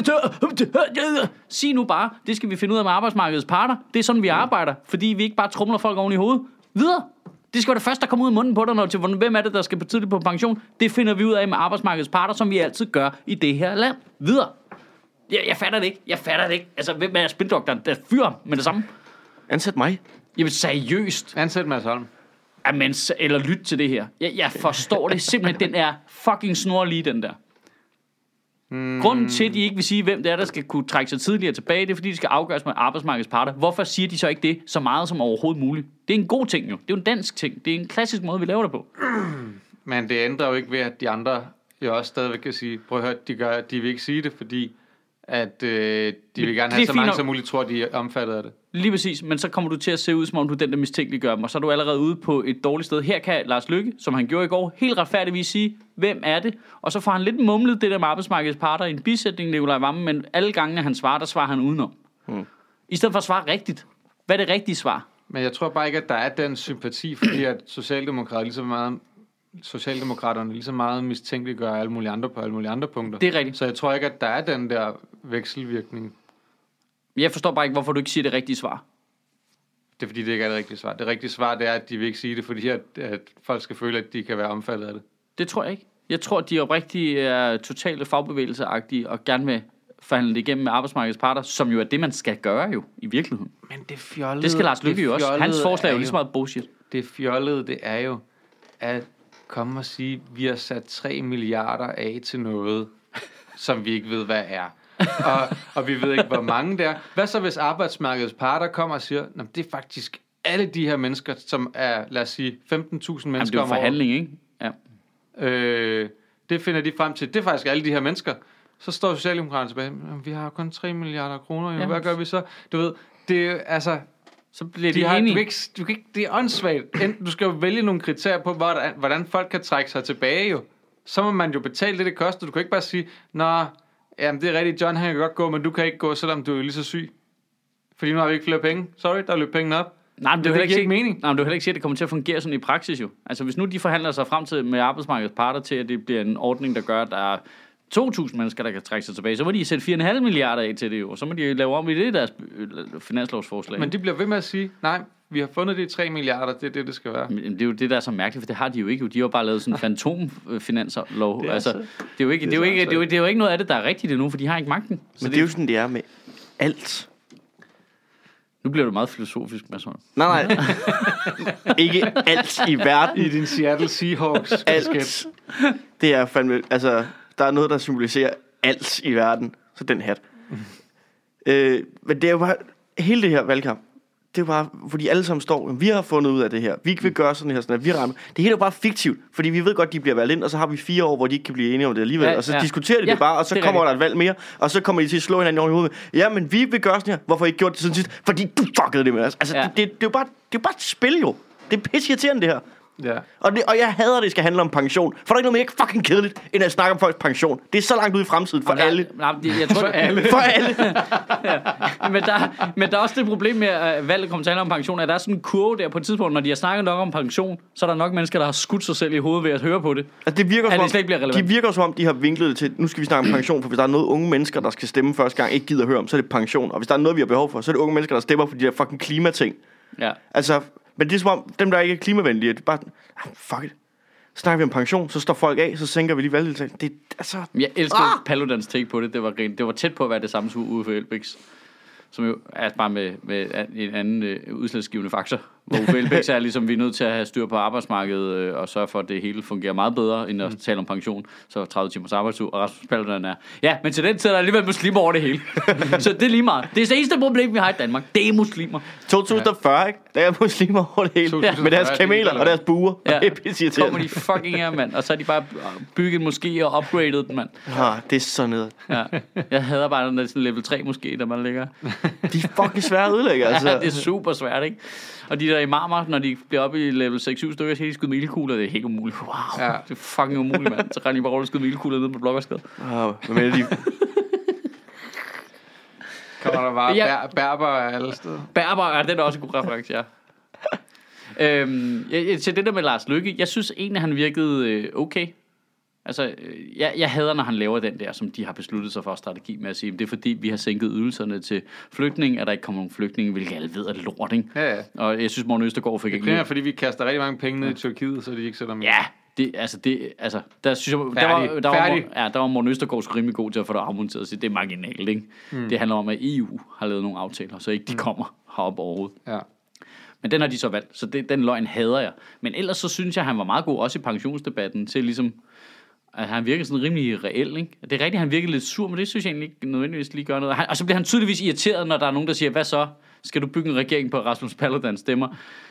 Sig nu bare, det skal vi finde ud af med arbejdsmarkedets parter. Det er sådan, vi arbejder, fordi vi ikke bare tromler folk oven i hovedet. Videre. Det skal være det første, der kommer ud af munden på dig, når til hvem er det, der skal på tidligt på pension. Det finder vi ud af med arbejdsmarkedets parter, som vi altid gør i det her land. Videre. Jeg fatter det ikke. Altså, hvem er spindoktoren? Der fyrer med det samme. Ansæt mig. Jamen, seriøst. Ansæt Mads Holm. Jamen, eller lyt til det her. Jeg forstår det simpelthen. Den er fucking snorlige, den der. Grunden til, at de ikke vil sige, hvem det er, der skal kunne trække sig tidligere tilbage, det er, fordi de skal afgøres med arbejdsmarkedets parter. Hvorfor siger de så ikke det så meget som overhovedet muligt? Det er en god ting jo. Det er jo en dansk ting. Det er en klassisk måde, vi laver det på. Men det ændrer jo ikke ved, at de andre jo også stadigvæk kan sige, prøv at høre, de vil ikke sige det, fordi at de vil gerne have så mange som muligt, tror de er omfattet af det. Lige præcis, men så kommer du til at se ud, som om du er den, der mistænkeliggør dem, og så er du allerede ude på et dårligt sted. Her kan Lars Løkke, som han gjorde i går, helt retfærdigvis sige, hvem er det? Og så får han lidt mumlet det der med arbejdsmarkedets parter i en bisætning, Nikolaj Wammen, men alle gangene han svarer, der svarer han udenom. I stedet for at svare rigtigt. Hvad er det rigtige svar? Men jeg tror bare ikke, at der er den sympati, fordi at Socialdemokraterne lige så meget mistænkeliggør alle mulige andre på alle mulige andre punkter. Det er rigtigt. Så jeg tror ikke, at der er den der vekselvirkning. Jeg forstår bare ikke, hvorfor du ikke siger det rigtige svar. Det er fordi, det ikke er det rigtige svar. Det rigtige svar, det er, at de vil ikke sige det, fordi at folk skal føle, at de kan være omfattet af det. Det tror jeg ikke. Jeg tror, at de oprigtigt er totale fagbevægelseagtige og gerne vil forhandle det igennem med arbejdsmarkedets parter, som jo er det, man skal gøre jo i virkeligheden. Men det fjollede... Det skal Lars Løkke jo også. Hans forslag er jo lige så meget bullshit. Det fjollede, det er jo at komme og sige, at vi har sat 3 milliarder af til noget, som vi ikke ved, hvad er. Og vi ved ikke, hvor mange det er. Hvad så, hvis arbejdsmarkedets parter kommer og siger, at det er faktisk alle de her mennesker, som er, lad os sige, 15.000 mennesker om året. Det er jo forhandling, ikke? Ja. Det finder de frem til. Det er faktisk alle de her mennesker. Så står Socialdemokraterne tilbage. Vi har kun 3 milliarder kroner. Ja. Hvad gør vi så? Du ved, det er altså... Så bliver de enige. Du kan ikke, det er åndssvagt. Du skal jo vælge nogle kriterier på, hvordan folk kan trække sig tilbage jo. Så må man jo betale det koster. Du kan ikke bare sige, jamen det er rigtigt, John han kan godt gå, men du kan ikke gå, selvom du er lige så syg. Fordi nu har vi ikke flere penge. Sorry, der er løbet pengene op. Nej, men det er ikke mening. Nej, men du vil heller ikke sige, at det kommer til at fungere sådan i praksis jo. Altså hvis nu de forhandler sig frem til med arbejdsmarkedets parter til, at det bliver en ordning, der gør, at der er 2.000 mennesker, der kan trække sig tilbage, så må de sætte 4,5 milliarder af til det jo, og så må de lave om i det deres finanslovsforslag. Men de bliver ved med at sige, nej, vi har fundet de 3 milliarder, det er det skal være. Men det er jo det, der er så mærkeligt, for det har de jo ikke. De har jo bare lavet sådan en fantomfinanslov. Altså, det er jo ikke noget af det, der er rigtigt endnu, for de har ikke magten. Så men det er jo sådan, det er med alt. Nu bliver du meget filosofisk, Mads Holm. Nej. Ikke alt i verden. I din Seattle Seahawks. Alt. Det er fandme... Altså, der er noget, der symboliserer alt i verden. Så den hat. Men det er jo bare... Hele det her valgkamp, det er bare, fordi alle sammen står, vi har fundet ud af det her. Vi vil gøre sådan her, vi rammer. Det hele er jo bare fiktivt, fordi vi ved godt, de bliver valgt ind, og så har vi 4 år, hvor de ikke kan blive enige om det alligevel. Og så diskuterer de det bare, og så kommer der et valg mere, og så kommer de til at slå hinanden oven i hovedet. Ja, men vi vil gøre sådan her. Hvorfor ikke gjort det sådan sidst? Fordi du fuckede det med os. Altså, det er jo bare et spil jo. Det er pisseirriterende det her. Ja. Og jeg hader, at det skal handle om pension. For der er ikke noget mere fucking kedeligt, end at snakke om folks pension. Det er så langt ude i fremtiden for alle. Jeg tror, for alle. For alle. Ja. Men der er også det problem med, at valget kommer til at handle om pension, at der er sådan en kurve der på et tidspunkt, når de har snakket nok om pension, så er der nok mennesker, der har skudt sig selv i hovedet ved at høre på det. Altså, de virker som om, de har vinklet det til, nu skal vi snakke om pension, for hvis der er noget unge mennesker, der skal stemme første gang, ikke gider høre om, så er det pension. Og hvis der er noget, vi har behov for, så er det unge mennesker, der stemmer for de der fucking klimating. Ja. Altså, men det er som om, dem der ikke er klimavenlige, det er bare, fuck it. Snakker vi om pension, så står folk af, så sænker vi lige valgdeltagelsen. Det altså... Jeg elsker Paludans take på det. Det var tæt på at være det samme som Uffe Elbæks, som jo er bare med en anden udslagsgivende faktor. Hvor Uffe Elbæk sagde, ligesom vi er nødt til at have styr på arbejdsmarkedet og sørge for, at det hele fungerer meget bedre, end at tale om pension. Så 30 timers arbejdsuge, og Rasmus Paludan er, ja, men til den tid er der alligevel muslimer over det hele. Så det er lige meget. Det er det eneste problem, vi har i Danmark. Det er muslimer. 2040, ikke? Der er muslimer over det hele. Med deres kameler og deres buer. Ja, Det er pisse kommer de fucking her, mand. Og så har de bare bygget en moské og upgradet den, mand. Det er så nede. Ja. Jeg hader bare den der sådan level 3 moské, der man ligger. De er fucking svære at ødelægge, altså. Ja, det er super svært, ikke? Og de der imamer, når de bliver oppe i level 6-7 stykker, så kan de skyde med ildkugler. Det er helt umuligt. Wow, ja. Det er fucking umuligt, mand. Så kan de bare rundt og skyde med ildkugler ned på Blågårdsgade. Wow, hvad mener de? Kommer der bare Berber alle steder? Berber, ja, det er også en god reference, ja. Til det der med Lars Løkke, jeg synes egentlig, han virkede okay. Altså, jeg hader, når han laver den der, som de har besluttet sig for strategi med at sige, det er fordi, vi har sænket ydelserne til flygtninge, at der ikke kommer nogen flygtninge, hvilket alle ved er lort, ikke? Ja. Og jeg synes, Morten Østergaard fik ikke... Det er fordi, vi kaster rigtig mange penge ned i Tyrkiet, så de ikke sætter med. Ja, der synes jeg, der var Morten Østergaard sgu rimelig god til at få det afmonteret, så det er marginalt, ikke? Det handler om, at EU har lavet nogle aftaler, så ikke de kommer herop overhovedet. Ja. Men den har de så valgt, så den løgn hader jeg. Men ellers så synes jeg, han var meget god, også i pensionsdebatten, til ligesom, at han virker sådan rimelig reel, ikke? Det er rigtigt, han virker lidt sur, men det synes jeg egentlig ikke nødvendigvis lige gør noget. Og så bliver han tydeligvis irriteret, når der er nogen, der siger, hvad så? Skal du bygge en regering på Rasmus Paludans stemmer?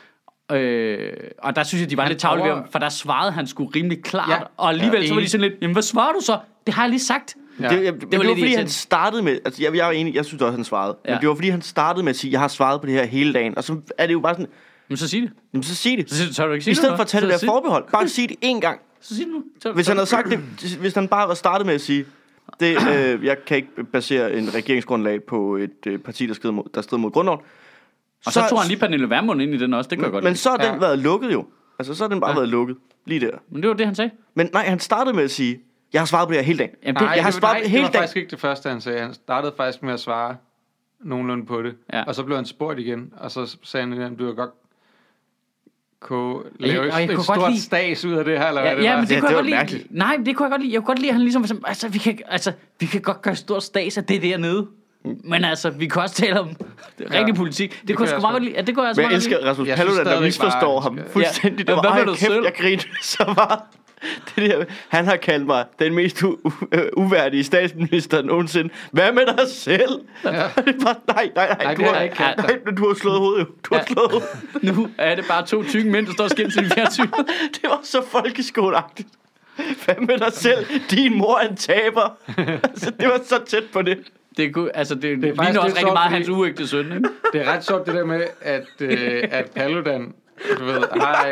Og der synes jeg, de var lidt tavlige ved ham, for der svarede han sgu rimelig klart, og alligevel så var de sådan lidt, jamen hvad svarer du så? Det har jeg lige sagt. Ja. Det var fordi, han startede med... Altså, jeg er enig, jeg synes også, han svarede. Ja. Men det var fordi, han startede med at sige, jeg har svaret på det her hele dagen. Og så er det jo bare sådan... Men så sig det. Jamen, så sig det. Så du ikke sige i stedet for at tage det der forbehold. Bare sig det én gang. Så sig det nu. Hvis han havde sagt det... Hvis han bare var startet med at sige... jeg kan ikke basere en regeringsgrundlag på et parti, der strider mod grundloven. Og så tog han lige Pernille Vermund ind i den også. Det kan jeg godt lide. Men så har den været lukket jo. Altså, så har den bare været lukket. Lige der. Men det var det, han sagde. Men nej, han startede med at sige... Jeg har svaret på det her hele dagen. Jamen, det var faktisk ikke det første, han sagde. Han startede faktisk med at svare nogenlunde på det. Ja. Og så blev han spurgt igen. Og så sagde han, at du har godt kunne lave et stort stas ud af det her, eller hvad det var. Men det kunne jeg godt lide. Nej, det kunne jeg godt lide. Jeg kunne godt lide, at han ligesom... vi kan godt gøre stort stas af det dernede. Men altså, vi kan også tale om rigtig politik. Det kunne jeg sgu meget godt lide. Det kunne jeg altså meget godt lide. Men jeg elsker Rasmus Paludan, der misforstår ham fuldstændig. Det var kæft, jeg grinte så meget. Det der, han har kaldt mig den mest uværdige statsminister nogensinde. Hvad med dig selv? Ja. Det er bare, nej, du har slået hovedet. Du har slået hovedet. Nu er det bare 2 tykke mænd, der står skændt til fjernsynet. Det var så folkeskoleagtigt. Hvad med dig selv? Din mor er en taber. Altså, det var så tæt på det. Det ligner også rigtig meget hans uægte søn, ikke? Det er ret sjovt det der med, at Paludan, du ved,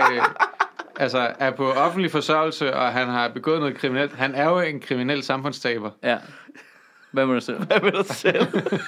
er på offentlig forsørgelse, og han har begået noget kriminelt. Han er jo en kriminel samfundstaber. Ja. Hvad med dig selv? Hvad med dig selv?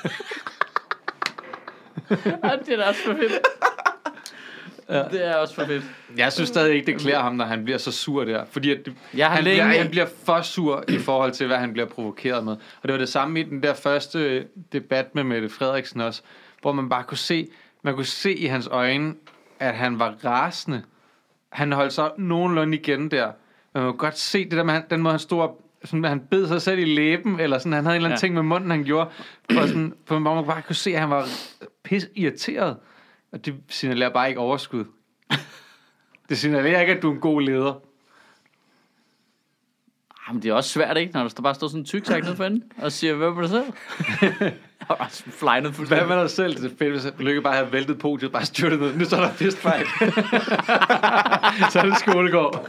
Det er da også for fedt. Ja. Det er også for fedt. Jeg synes stadig ikke, det klæder ham, når han bliver så sur der. Fordi han bliver for sur i forhold til, hvad han bliver provokeret med. Og det var det samme i den der første debat med Mette Frederiksen også, hvor man bare kunne se i hans øjne, at han var rasende. Han holdt så nogenlunde igen der. Man kunne godt se det der med, den måde han stod op, sådan, han bed sig selv i læben, eller sådan, han havde en eller anden ting med munden, han gjorde, hvor man bare kunne se, at han var pisse irriteret. Og det signalerer bare ikke overskud. Det signalerer ikke, at du er en god leder. Men det er også svært, ikke? Når der bare står sådan en tyksak nede for enden, og siger, hvad med dig selv? Hvad med dig selv? Det er fedt, hvis Lykke bare havde væltet podiet, bare styrtet ned. Nu står der fistfight. Så er det skolegård.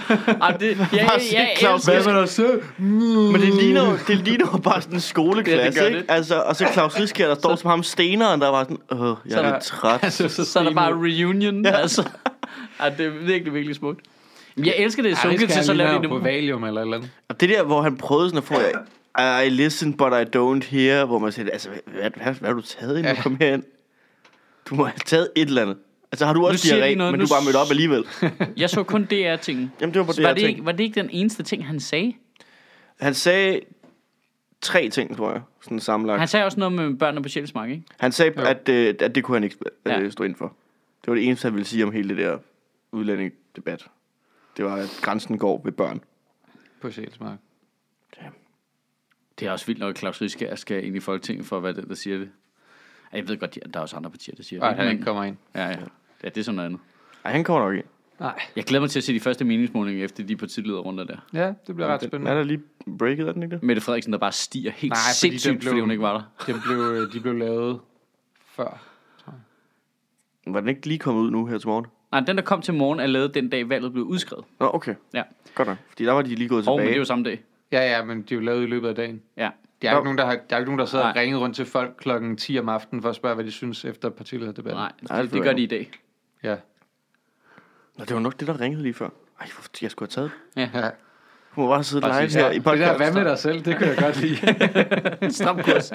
Hvad med dig selv? Men det ligner bare sådan en skoleklasse, ikke? Altså, og så Claus Riskær, der står som ham steneren, der var sådan, jeg er lidt træt. Så er der bare reunion, altså. Det er virkelig smukt. Men jeg elsker det sunket til så lavet det på Valium eller eller andet. Og det der, hvor han prøvede sådan at få I listen, but I don't hear, hvor man siger, altså, hvad har du taget ind, kom herind? Du må have taget et eller andet. Altså, har du også diarré, men du bare mødt op alligevel. Jeg så kun DR-ting. Jamen, det var på DR-ting. Var det ikke den eneste ting, han sagde? Han sagde 3 ting, tror jeg, sådan sammenlagt. Han sagde også noget med børnene på Sjælsmark, ikke? Han sagde, at det kunne han ikke stå ind for. Det var det eneste, han ville sige om hele det der udlændingedebat. Det var, at grænsen går ved børn. På Sjælsmark. Ja. Det er også vildt, når Claus Riskær skal ind i Folketinget for at være den, der siger det. Jeg ved godt, der er også andre partier, der siger det. Han ikke kommer ind. Ja. Ja, det er sådan noget andet. Ej, han kommer nok ind. Nej. Jeg glæder mig til at se de første meningsmålinger efter de partilederrunder der. Ja, det bliver ret spændende. Er der lige breaket, er den ikke det? Mette Frederiksen, der bare stiger helt Nej, sindssygt, fordi hun ikke var der. De blev lavet før. Var den ikke lige kommet ud nu her til morgen? Nej, den der kom til morgen er lavet den dag, valget blev udskrevet. Nå, okay. Ja. Godt nok. Fordi der var de lige gået Og men tilbage. det er jo samme dag. Ja, men de er jo lavet i løbet af dagen. Ja. Der er jo ikke nogen, der sidder og Nej. ringet rundt til folk klokken 10 om aftenen for at spørge, hvad de synes efter partilederdebatten. Nej, det gør de i dag. Ja. Nå, det var nok det, der ringede lige før. Ej, jeg skulle have taget. Ja. Ja. Hun må bare sidde Bare live sige, her ja, i Det podcast. der, hvad med dig selv, det kan jeg godt lide. Stram kurs.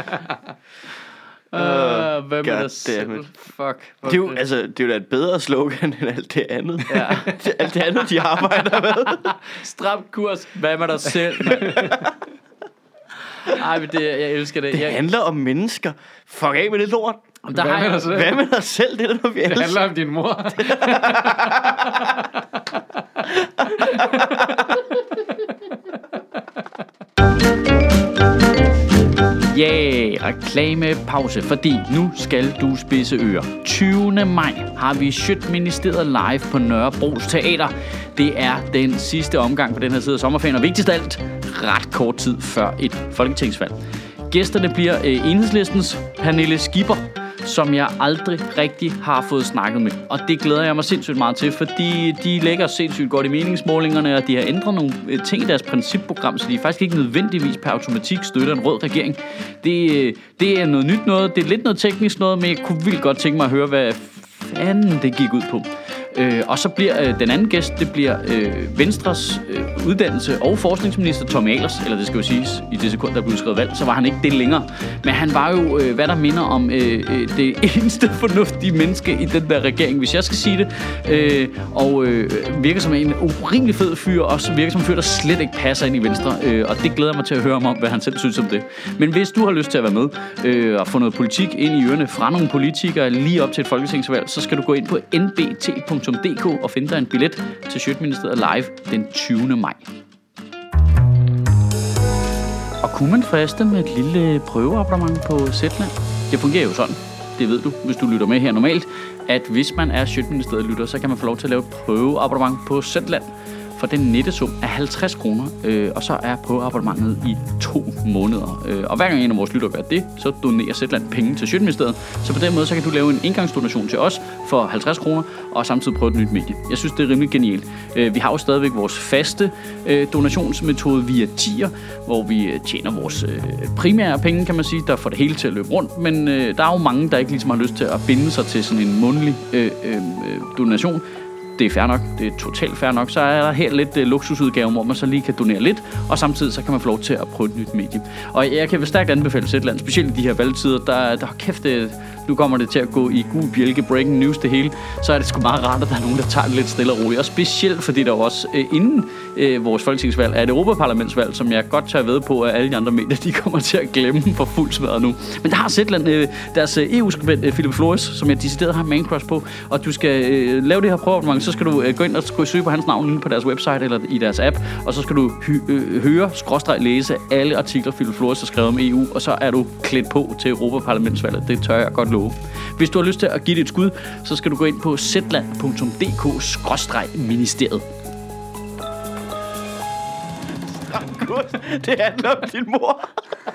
Hvad med dig selv? goddammit. Fuck. Det er jo, altså, det er jo da et bedre slogan end alt det andet. Ja. Alt det andet, de arbejder med. Stram kurs. Hvad med dig selv? mand? Ej, men det, jeg elsker det. Det handler om mennesker. Fuck af med det lort. Der Hvad har med dig jeg, selv? Hvad med dig selv? Det er noget, vi Det elsker. handler om din mor. reklamepause, fordi nu skal du spidse ører. 20. maj har vi Sjøtministeriet live på Nørrebros Teater. Det er den sidste omgang på den her side af sommerferien, og vigtigst af alt, ret kort tid før et folketingsvalg. Gæsterne bliver Enhedslistens Pernille Skipper, som jeg aldrig rigtig har fået snakket med. Og det glæder jeg mig sindssygt meget til, fordi de ligger sindssygt godt i meningsmålingerne, og de har ændret nogle ting i deres principprogram, så de faktisk ikke nødvendigvis per automatik støtter en rød regering. Det er noget nyt noget, det er lidt noget teknisk noget, men jeg kunne vildt godt tænke mig at høre, hvad fanden det gik ud på. Og så bliver den anden gæst, det bliver Venstres uddannelse- og forskningsminister Tommy Ahlers, eller det skal jo siges, i det sekund, der blev udskrevet valg, så var han ikke det længere. Men han var jo, hvad der minder om det eneste fornuftige menneske i den der regering, hvis jeg skal sige det. Og virker som en urimelig fed fyr, og så virker som en fyr, der slet ikke passer ind i Venstre. Og det glæder mig til at høre om, hvad han selv synes om det. Men hvis du har lyst til at være med og få noget politik ind i ørerne fra nogle politikere lige op til et folketingsvalg, så skal du gå ind på nbt.dk og finde dig en billet til Sjøtministeriet live den 20. maj. Og kunne man friste med et lille prøveabonnement på Zetland? Det fungerer jo sådan, det ved du, hvis du lytter med her normalt, at hvis man er Sjøtministeriet lytter, så kan man få lov til at lave et prøveabonnement på Zetland for den nette sum af 50 kroner, og så er prøveabonnementet i 2 måneder. Og hver gang en af vores lytter gør det, så donerer Zetland penge til Sjøtministeriet. Så på den måde, så kan du lave en engangsdonation til os for 50 kroner, og samtidig prøve et nyt medie. Jeg synes, det er rimelig genialt. Vi har jo stadigvæk vores faste donationsmetode via Tier, hvor vi tjener vores primære penge, kan man sige, der får det hele til at løbe rundt. Men der er jo mange, der ikke ligesom har lyst til at binde sig til sådan en månedlig donation. Det er fair nok, det er totalt fair nok. Så er der her lidt luksusudgave, hvor man så lige kan donere lidt, og samtidig så kan man få lov til at prøve et nyt medie. Og jeg kan stærkt anbefale Zetland, specielt i de her valgtider, der kæft, nu kommer det til at gå i gul bjælke, breaking news det hele, så er det sgu meget rart, at der er nogen, der tager det lidt stille og roligt. Og specielt fordi der også inden vores folketingsvalg er et Europaparlamentsvalg, som jeg godt tør ved på, at alle de andre medier, de kommer til at glemme for fuld smadret nu. Men der har Zetland deres EU-skribent Philip Flores, som jeg decideret har man crush på, og du skal lave det her prøveabonnement, så skal du gå ind og søge på hans navn inde på deres website eller i deres app, og så skal du læse alle artikler, Philip Flores har skrevet om EU, og så er du klædt på til Europaparlamentsvalget. Det tør jeg godt love. Hvis du har lyst til at give det et skud, så skal du gå ind på zetland.dk/ministeriet. Gud, det handler om din mor.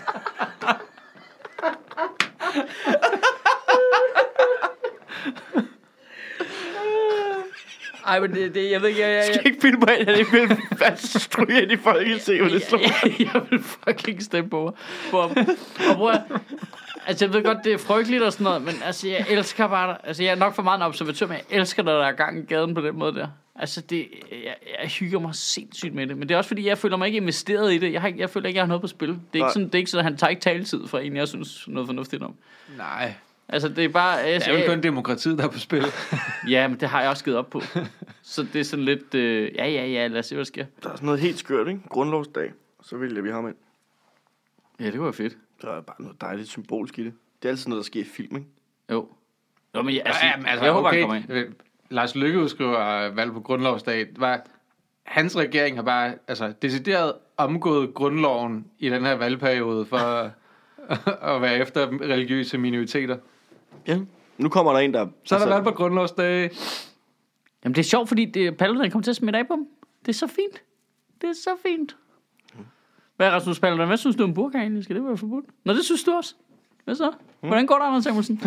Ej, men det jeg ved ikke, jeg skal ikke bilde mig ind, at jeg ikke vil stryge ind i Folketinget. Jeg vil fucking stemme på ham. Og bror, altså jeg ved godt, det er frygteligt og sådan noget, men altså jeg elsker bare, altså jeg er nok for meget en observatør, men jeg elsker, når der er gang i gaden på den måde der. Altså jeg hygger mig sindssygt med det, men det er også fordi, jeg føler mig ikke investeret i det. Jeg føler ikke, jeg har noget på spil. Det er ikke sådan, han tager ikke taletid fra en, jeg synes noget fornuftigt om. Nej. Altså det er bare... Det er jo kun demokratiet, der er på spil. Ja, men det har jeg også givet op på. Så det er sådan lidt... Ja, lad os se, hvad der sker. Der er sådan noget helt skørt, ikke? Grundlovsdag. Så vælger vi ham ind. Ja, det var fedt. Der er bare noget dejligt symbolsk i det. Det er altid noget, der sker i film, ikke? Jo. Nå, men jeg håber, han kommer ind. Lars Løkke udskriver valg på grundlovsdag. Hans regering har bare decideret omgået grundloven i den her valgperiode for at være efter religiøse minoriteter. Ja. Nu kommer der en, der... Så er der valgt på grundlovsdag. Jamen, det er sjovt, fordi Paludan kommer til at smitte af på dem. Det er så fint. Det er så fint. Hvad, Rasmus Paludan, hvad synes du om burka egentlig? Skal det være forbudt? Nå, det synes du også. Hvad så? Hvordan går det, Anders Samuelsen?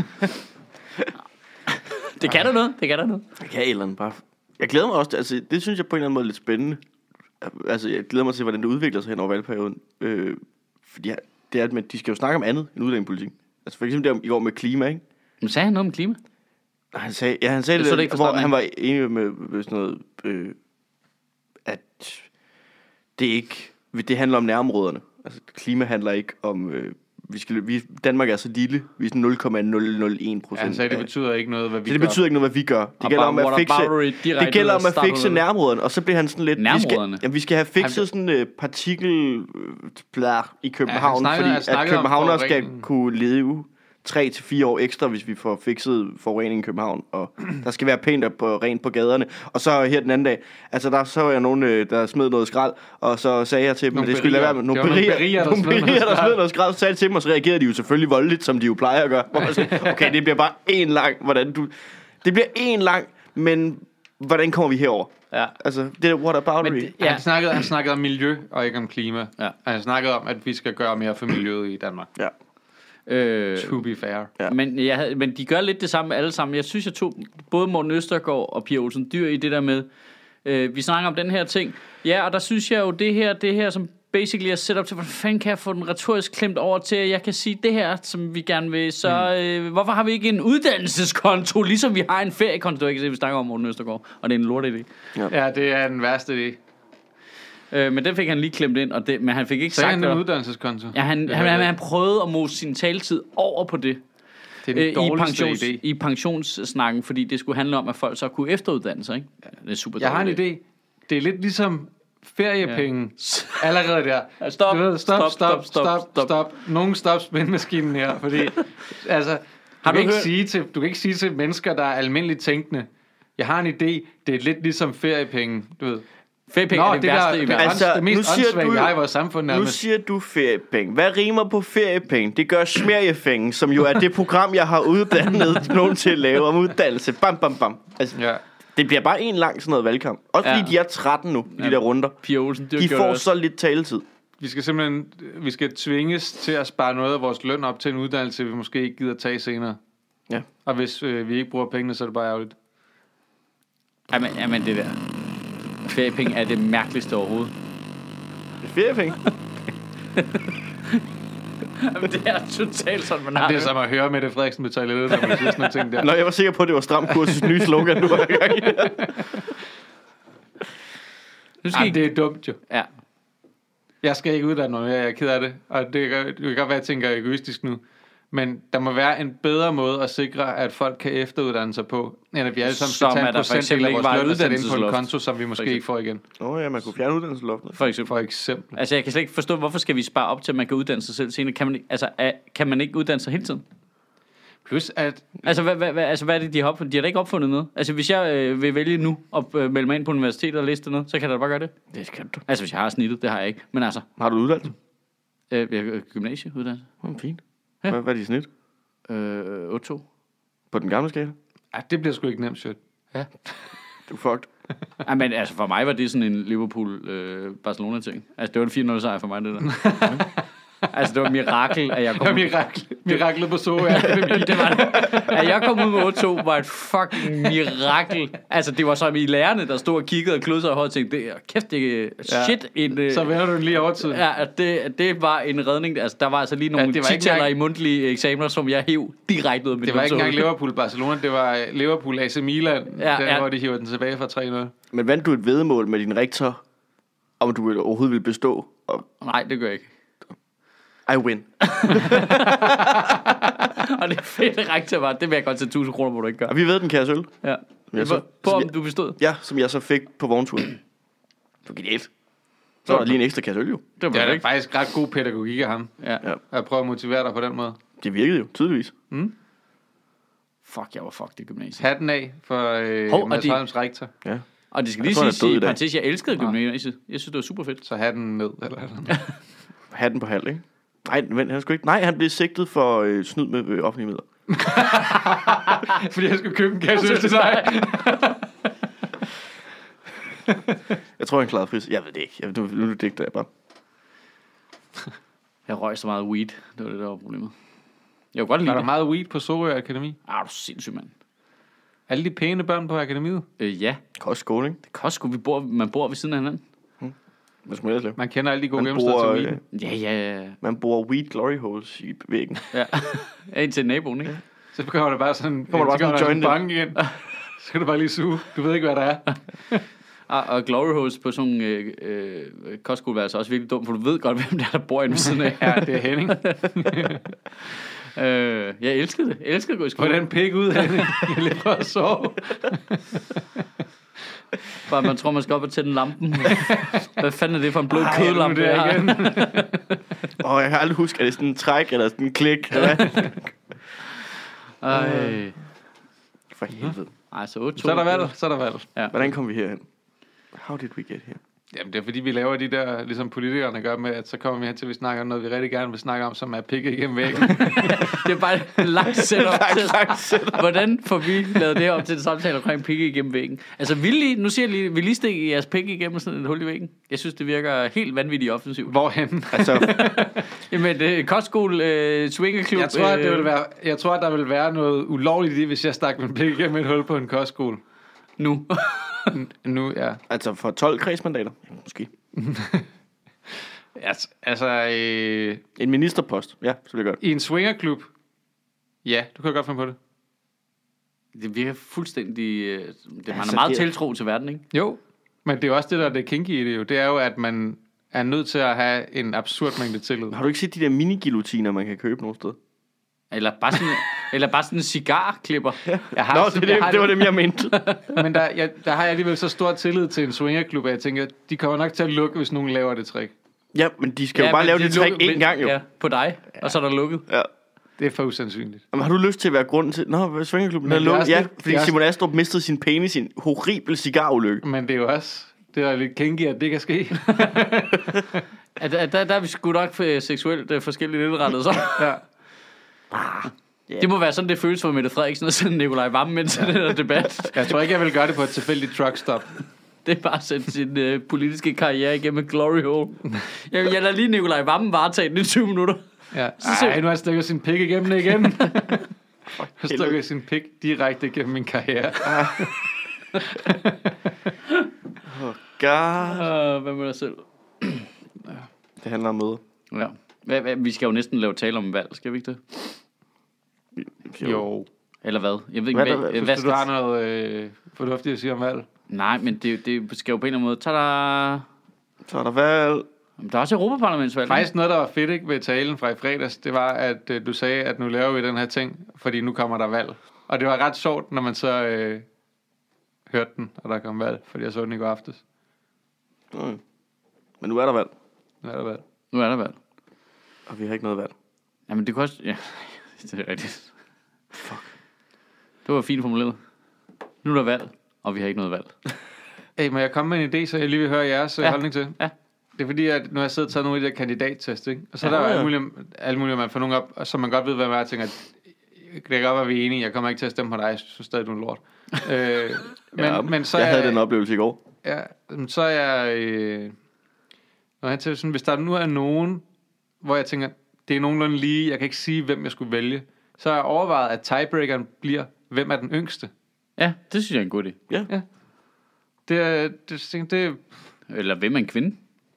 Det kan der noget. Det kan der noget. Jeg kan et eller andet bare... Jeg glæder mig også... Altså, det synes jeg på en eller anden måde er lidt spændende. Altså, jeg glæder mig til, hvordan det udvikler sig hen over valgperioden. Fordi det er, at de skal jo snakke om andet end udlændingepolitik. Altså, for eksempel det i går med klima, ikke? Men sagde han noget om klima? Han sagde det, hvor han var enig med sådan noget... at det ikke... Det handler om nærområderne. Altså, klima handler ikke om... Danmark er så lille. Vi er sådan 0,001%. Han sagde, det betyder ikke noget, hvad vi gør. Så det betyder ikke noget, hvad vi gør. Det gælder om at fikse nærområderne. Og så bliver han sådan lidt... Vi skal have fikset sådan et partikelblær i København, fordi at københavnere skal kunne leve 3-4 år ekstra, hvis vi får fikset forurening i København, og der skal være pænt og rent på gaderne. Og så her den anden dag, altså der så jeg nogen, der smed noget skrald, og så sagde jeg til dem, at det skulle lade være med nogle berier, der smed noget skrald, så sagde jeg til dem, og så reagerede de jo selvfølgelig voldeligt, som de jo plejer at gøre. Okay, det bliver bare en lang, det bliver en lang, men hvordan kommer vi herover? Ja. Altså, det er what about it? Ja. Han snakkede om miljø, og ikke om klima. Ja. Han snakkede om, at vi skal gøre mere for miljøet i Danmark. Ja. To be fair. Ja. Men de gør lidt det samme alle sammen. Jeg synes, jeg tog både Morten Østergaard og Pia Olsen Dyhr i det der med, vi snakker om den her ting. Ja, og der synes jeg jo, det her som basically er set op til, hvordan fanden kan jeg få den retorisk klemt over til, at jeg kan sige det her, som vi gerne vil. Så hvorfor har vi ikke en uddannelseskonto, ligesom vi har en feriekonto? Jeg kan se, vi snakker om Morten Østergaard, og det er en lortidé. Ja, det er den værste idé. Men den fik han lige klemt ind, men han fik ikke sagt noget. Så han en uddannelseskonto? Ja, han prøvede at mose sin taletid over på det. Det er den dårligste idé. I pensionssnakken, fordi det skulle handle om, at folk så kunne efteruddanne sig, ikke? Ja, det er super dårligt. Jeg har en idé. Det er lidt ligesom feriepenge. Ja. Allerede der. Stop. Nogen stop spændmaskinen her, fordi altså, du kan ikke sige til mennesker, der er almindeligt tænkende, jeg har en idé, det er lidt ligesom feriepenge, du ved. Feriepenge er det værste i verden. Altså, det mest åndssvage, vi har i vores samfund nærmest. Nu siger du feriepenge. Hvad rimer på feriepenge? Det gør smerjefænge, som jo er det program, jeg har uddannet nogen til at lave om uddannelse. Bam, bam, bam. Altså, ja. Det bliver bare en lang sådan noget valgkamp. Også fordi de er 13 nu, de der runder. Pia Olsen, de får så lidt taletid. Vi skal simpelthen tvinges til at spare noget af vores løn op til en uddannelse, vi måske ikke gider tage senere. Ja. Og hvis vi ikke bruger pengene, så er det bare ærgerligt. Jamen det der... Feriepenge er det mærkeligste overhovedet. Feriepenge? Jamen, det er totalt sådan, man har det. Er som at høre Mette Frederiksen på toilettet, når man siger sådan nogle ting der. Nå, jeg var sikker på, at det var Stram Kurs' nye slogan, du var i gang i. Det er dumt jo. Ja. Jeg skal ikke uddanne mig mere, jeg er ked af det. Og det kan godt være, at jeg tænker egoistisk nu. Men der må være en bedre måde at sikre, at folk kan efteruddanne sig på, end at vi alle sammen skal tage en procentdel af vores løn og sætte ind på en konto, som vi måske ikke får igen. Ja, man kunne fjerne uddannelsesloftet. For eksempel. Altså, jeg kan slet ikke forstå, hvorfor skal vi spare op til, at man kan uddanne sig selv senere? Kan man ikke uddanne sig hele tiden? Plus at... Altså, hvad er det, de har opfundet? De har da ikke opfundet noget. Altså, hvis jeg vil vælge nu at melde mig ind på universitetet og læse det noget, så kan jeg da bare gøre det. Det kan du. Altså, hvis jeg har snittet, det har jeg ikke. Men altså... Har du uddannelse? Gymnasieuddannelse. Fint. Ja. Hvad er dit snit? 8-2. På den gamle skala? Ja, det bliver sgu ikke nemt, shit. Ja. Du er fucked. Ja, men altså for mig var det sådan en Liverpool-Barcelona-ting. Altså det var en 4-0 sejr for mig, det der. Altså det var et mirakel, at jeg kom Miraklet på så, ja. Det var det. At jeg kom ud med 8-2 var et fucking mirakel. Altså det var så i lærerne, der stod og kiggede og klød sig og højt og tænkte, det er kæft, det er shit. Så vender du den lige over tid. Ja, det var en redning. Altså der var altså lige nogle titaler i mundtlige eksamener, som jeg hæv direkte ud med. Det var ikke engang Liverpool-Barcelona, det var Liverpool-AC Milan, hvor de hiver den tilbage fra 3-0. Men vandt du et væddemål med din rektor, om du overhovedet ville bestå? Nej, det gør jeg ikke. I win. Og det fedt rektor var, det vil jeg godt til 1000 kroner, hvor du ikke gør. Og vi ved den, kære sølv. Ja. Om du bestod? Ja, som jeg så fik på vognturen. Det var genialt. Så var der lige en ekstra kasse øl, jo. Det er faktisk ret god pædagogik af ham. Ja. At prøve at motivere dig på den måde. Det virkede jo, tydeligvis. Fuck, jeg var fucked i gymnasiet. Hatten af for Mads Holms rektor. Ja. Og det skal lige sige, parentes, jeg elskede gymnasiet. Jeg synes, det var super fedt. Så hatten ned, eller? Hatten på halv, ikke? Nej, men han skulle ikke. Nej, han blev sigtet for snyd med offentlige midler. Fordi jeg skulle købe en kasse øl til dig. Jeg tror, han klarede pris. Jeg ved det ikke. Nu digter jeg bare. Jeg røg så meget weed. Det var det, der var problemet. Jeg kunne godt lide Er der det. meget weed på Sorø Akademi? Ah, du er sindssyg, mand. Alle de pæne børn på akademiet? Ja, Kost skole, ikke? det koster sgu. Man bor ved siden af hinanden. Hvad skal man ellers lave? Man kender alle de gode Man gennemsteder til bor, weed. Ja. man bor weed glory holes i væggen. Ja. Ind til naboen, ikke? Så kommer der bare sådan joint bank igen. Så skal du bare lige suge. Du ved ikke, hvad der er. Og glory holes på sådan nogle kostskoleværelser er også virkelig dumt, for du ved godt, hvem der bor inde ved siden af. Ja, det er Henning. Jeg elskede det. Jeg elskede at gå i Få skole. den pik ud, Henning. Jeg lige prøve at sove. Bare man tror, man skal op og tænde lampen. Hvad fanden er det for en blød Ej, kødlampe? nu er det jeg har? Igen. Jeg kan aldrig huske, er det sådan en træk eller sådan en klik? Ej. For helvede. Ej, så 8-2. Så er der valg. Ja. Hvordan kom vi herhen? How did we get here? Jamen, det er fordi, vi laver de der, ligesom politikerne gør med, at så kommer vi hen til, at vi snakker om noget, vi rigtig gerne vil snakke om, som er pikket igennem væggen. Det er bare en lang setup til, Langt setup. hvordan får vi lavet det her op til en samtale omkring pikke igennem væggen? Altså, nu siger jeg lige, vil I stikke jeres pikke igennem sådan et hul i væggen? Jeg synes, det virker helt vanvittigt offensivt. Hvorhen? Altså, Jamen, kostskole, swingerklub. Jeg tror, at der vil være noget ulovligt i, hvis jeg stak min pik igennem et hul på en kostskole. Nu. Nu, ja. altså for 12 kredsmandater? Ja, måske. Altså, En ministerpost? Ja, så vil jeg godt. i en swingerklub, ja, du kan godt finde på det. Det virker fuldstændig... man Altså, er meget det- tiltro til verden, ikke? Jo, men det er jo også det, der er det kinky i det jo. Det er jo, at man er nødt til at have en absurd mængde tillid. Har du ikke set de der mini-guillotiner, man kan købe nogle steder? Eller bare sådan en cigarklipper. Jeg har, Nå, det var dem, jeg mente. Men der har jeg alligevel så stor tillid til en swingerklub, at jeg tænker, de kommer nok til at lukke, hvis nogen laver det trick. Ja, men de skal jo bare lave det trick én gang, jo. Ja, på dig, og så er der lukket. Ja. Det er for usandsynligt. Jamen, har du lyst til at være grunden til... Nå, Svingerklubben Men er det er lukket. også Ja, lidt- fordi det er også- Simon Astrup mistede sin penis i en horribel cigarulykke. Men det er jo også, det er lidt kinky, at det kan ske. Der er vi sgu nok seksuelt forskelligt indrettet, så. Ja. Det må være sådan, det føles for Mette Frederiksen og sådan Nikolaj Wammen mens den her debat. Jeg tror ikke, jeg vil gøre det på et tilfældigt truckstop. Det er bare at sætte sin politiske karriere igennem et glory hole. Jeg lader lige Nikolaj Wammen varetage den i 20 minutter. Ja. Ej, nu har jeg stukket sin pik igennem det igen. Jeg har stukket sin pik direkte igennem min karriere. God. Hvad med dig selv? Det handler om møder. Ja. Vi skal jo næsten lave tale om valg, skal vi ikke det? Jo. Eller hvad? Jeg ved ikke, Hvad Hvis du har noget fornuftigt at sige om valg. Nej, men det skal jo på en eller anden måde. Tada! Så er der valg. Der er også Europaparlamentsvalg. Faktisk noget, der var fedt ikke ved talen fra i fredags, det var, at du sagde, at nu laver vi den her ting, fordi nu kommer der valg. Og det var ret sjovt, når man så hørte den, og der kom valg, fordi jeg så den i går aftes. Men nu er der valg. Nu er der valg. Nu er der valg. Og vi har ikke noget valg. Jamen det kan også... Ja, det er rigtigt. Fuck. Det var fint formuleret. Nu er der valg, og vi har ikke noget valg. Hey, må jeg komme med en idé, så jeg lige vil høre jeres holdning til? Ja. Det er fordi, at nu har jeg siddet og taget nogle af de der kandidattest, ikke? Og så er Ja, der jo ja. alle mulige, man får nogle op, og så man godt ved, hvad man er, og tænker, det kan godt være, vi er enige, jeg kommer ikke til at stemme på dig, jeg synes stadig, du er en lort. Men så jeg havde er, den oplevelse i går. Ja, så er jeg... når jeg til, sådan, hvis der nu er nogen, hvor jeg tænker, det er nogenlunde lige, jeg kan ikke sige, hvem jeg skulle vælge, så har jeg overvejet, at tiebreakeren bliver, hvem er den yngste? Ja, det synes jeg er en god idé. Ja. Det Eller hvem er en kvinde?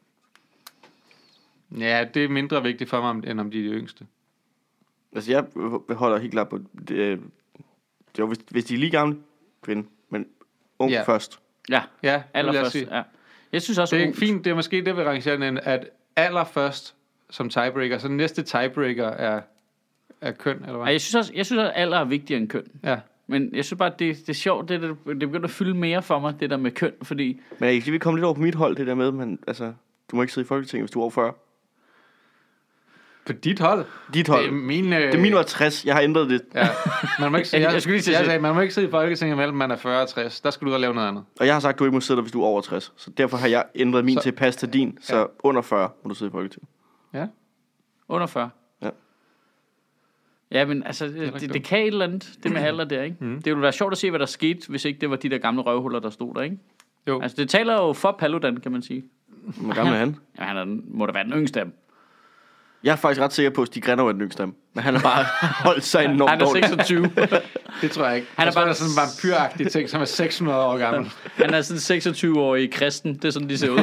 ja, det er mindre vigtigt for mig, end om de er de yngste. Altså, jeg holder helt klart på... Det var, hvis de er lige gamle kvinde, men ung Ja. først. Ja, Ja, det vil jeg allerførst. sige. Ja. Jeg synes også... Det er ung- fint, det er måske det, vi rangerer den, at allerførst som tiebreaker, så den næste tiebreaker er køn, eller hvad? Ej, jeg synes også, at alder er vigtigere end køn. Ja. Men jeg synes bare, at det er sjovt, det begynder at fylde mere for mig, det der med køn, fordi... Men jeg kan lige komme lidt over på mit hold, det der med, men altså... Du må ikke sidde i Folketinget, hvis du er over 40. På dit hold? Dit hold. Det er min... Det er min var 60. Jeg har ændret det. Ja, man må ikke, Jeg skulle lige til at jeg sige- sagde, man må ikke sidde i Folketinget mellem man er 40 og 60. Der skal du ud og lave noget andet. Og jeg har sagt, at du ikke må sidde der, hvis du er over 60. Så derfor har jeg ændret min Så- til pas til din. Så Ja. under 40 må du sidde i Folketinget. Ja. Under 40. Ja. Ja, men altså, det kan et eller andet, det med alder der, ikke? Det ville være sjovt at se, hvad der skete, hvis ikke det var de der gamle røvhuller, der stod der, ikke? Jo. Altså, det taler jo for Paludan, kan man sige. Hvor gammel er han? Ja, må da være den yngste af dem. Jeg er faktisk ret sikker på, at de grænder over den yngste af dem. Men han har bare holdt sig enormt Han er dårligt. 26. Det tror jeg ikke. Han er jeg tror, bare- der er sådan en vampyragtig ting, som er 600 år gammel. Han er sådan 26-årig kristen. Det er sådan, de ser ud.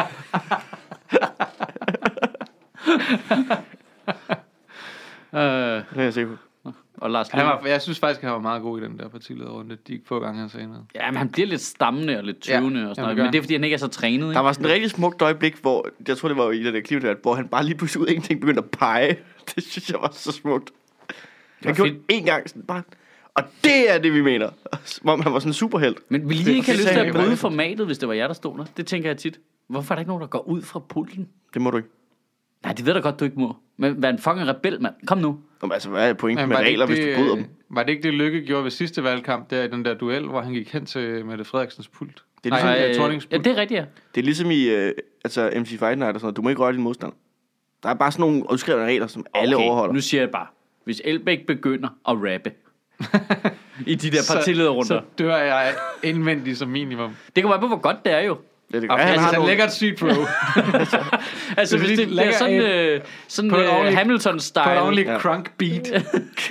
Det er jeg sikker på. Og Lars Løkke. Jeg synes faktisk, han var meget god i den der partilederrunde. De få gange, han sagde noget. Ja, men han bliver lidt stammende og lidt tøvende og sådan jamen, noget. det gør Men det er, fordi han ikke er så trænet, Der ikke? var sådan et rigtig smukt øjeblik, hvor, jeg tror det var i den der klipdebat, hvor han bare lige pludselig ud af ingenting begyndte at pege. Det synes jeg var så smukt. Han gjorde fedt. det en gang sådan bare, og det er det, vi mener. Som om han var sådan en superhelt. Men ville I ikke have det lyst til sagde at jeg bryde bare. formatet, hvis det var jer, der stod der? Det tænker jeg tit. Hvorfor er der ikke nogen, der går ud fra pulten? Det må du ikke. Nej, det ved jeg godt, du ikke må. Men vær en fucking rebel, mand. Kom nu. Nå, men altså, hvad er pointen Men med var det regler, ikke hvis du bryder dem? Var det ikke det, Lykke gjorde ved sidste valgkamp, der i den der duel, hvor han gik hen til Mette Frederiksens pult? Det er ligesom, Nej, Thornings ja, pult. det er rigtigt, ja. det er ligesom i altså MC Fight Night og sådan noget. Du må ikke røre din modstander. Der er bare sådan nogle udskrevne regler, som alle overholder. Nu siger jeg bare, hvis Elbæk begynder at rappe i de der partilederrunder, Så dør jeg indvendigt som minimum. det kommer an på, hvor godt det er jo. Det Og han han har er nogle, lækkert sygt pro. Altså, hvis det bliver sådan, sådan på en ordentlig- Hamilton-style. På en ordentlig Ja. crunk beat.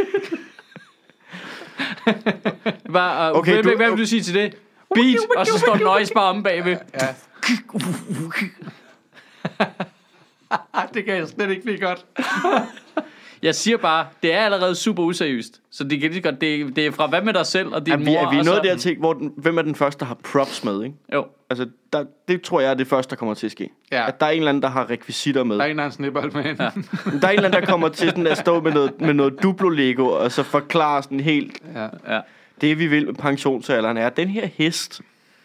Bare, Okay, hvad vil du sige til det? Beat, og så står noise bare om bagved. Ja. Det kan jeg slet ikke lide godt. Jeg siger bare, det er allerede super useriøst. Så det kan lige så godt, det er fra hvad med dig selv og din er mor. vi og nået så, der til, hvor hvem er den første, der har props med, ikke? Jo. Altså, det tror jeg er det første, der kommer til at ske. Ja. At der er en eller anden, der har rekvisitter med. Der er en eller anden snibbold med hende. Der er en eller anden, der kommer til sådan at stå med noget Duplo-Lego, og så forklare sådan helt, Ja. det vi vil med pensionsalderen er, at den her hest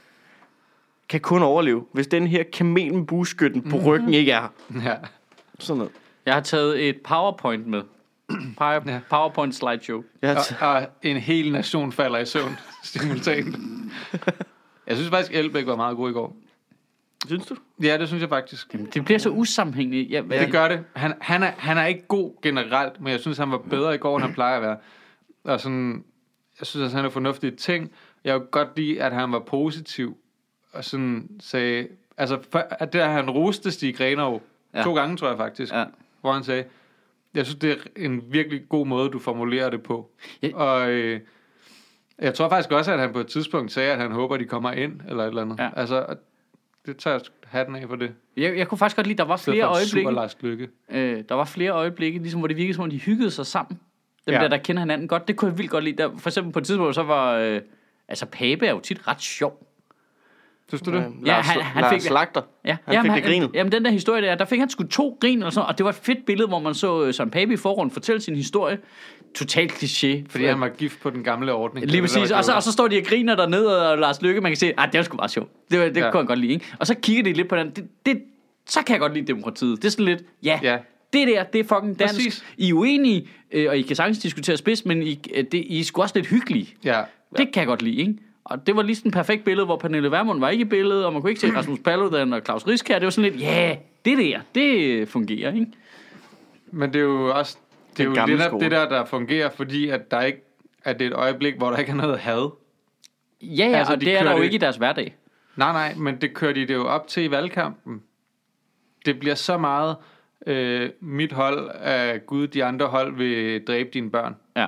kan kun overleve, hvis den her kamel med bueskytten på ryggen ikke er her. Ja. Sådan noget. Jeg har taget et PowerPoint med. PowerPoint slideshow. Jeg har Og en hel nation falder i søvn simultant. Jeg synes faktisk, Elbæk var meget god i går. synes du? Ja, det synes jeg faktisk. Jamen, det bliver så usammenhængende. Det gør det. Han er ikke god generelt, men jeg synes, han var bedre i går, end han plejer at være. Og sådan, jeg synes, at han er fornuftig ting. Jeg kunne godt lide, at han var positiv. Og sådan sagde... Altså, at det, at han roste Stig Grenov 2 gange, tror jeg faktisk. Ja. Hvor han sagde, jeg synes, det er en virkelig god måde, du formulerer det på. Ja. Og jeg tror faktisk også, at han på et tidspunkt sagde, at han håber, de kommer ind, eller et eller andet. Ja. Altså, det tager jeg hatten af for det. Jeg kunne faktisk godt lide, der var I stedet flere for Super øjeblikke. Lars Lykke. Der var flere øjeblikke, ligesom hvor det virkede som om, de hyggede sig sammen. Dem Ja. der kender hinanden godt. Det kunne jeg vildt godt lide. Der, for eksempel på et tidspunkt, så var... altså, Pape er jo tit ret sjov. Synes du det? Ja, han Lars fik- Slagter. Ja, Han fik det grinet. Jamen, den der historie der fik han sgu 2 grin, og, sådan, og det var et fedt billede, hvor man så Søren Pape i forruden fortælle sin historie. Totalt kliché. Fordi han var gift på den gamle ordning. Lige præcis. Og så står de og griner dernede, og Lars Løkke, man kan se, det var sgu meget sjovt. Det kunne jeg godt lide, ikke? Og så kigger de lidt på den. Så kan jeg godt lide demokratiet. Det er sådan lidt, Ja. det der, det er fucking dansk. Præcis. I er uenige, og I kan sagtens diskutere spids, men I er sgu også lidt hyggelige. Ja. Det kan jeg godt lide, ikke? Og det var lige sådan et perfekt billede, hvor Pernille Vermund var ikke i billedet, og man kunne ikke se Rasmus Paludan og Claus Riskær. Det var sådan lidt, det der, det fungerer, ikke? Men det er jo også... Det er Den jo gamle netop skole. det der fungerer, fordi at der ikke... At det er et øjeblik, hvor der ikke er noget had. Ja, Altså, og de det er der kører jo det- ikke i deres hverdag. Nej, men det kører de det jo op til i valgkampen. Det bliver så meget... mit hold af Gud, de andre hold vil dræbe dine børn. Ja.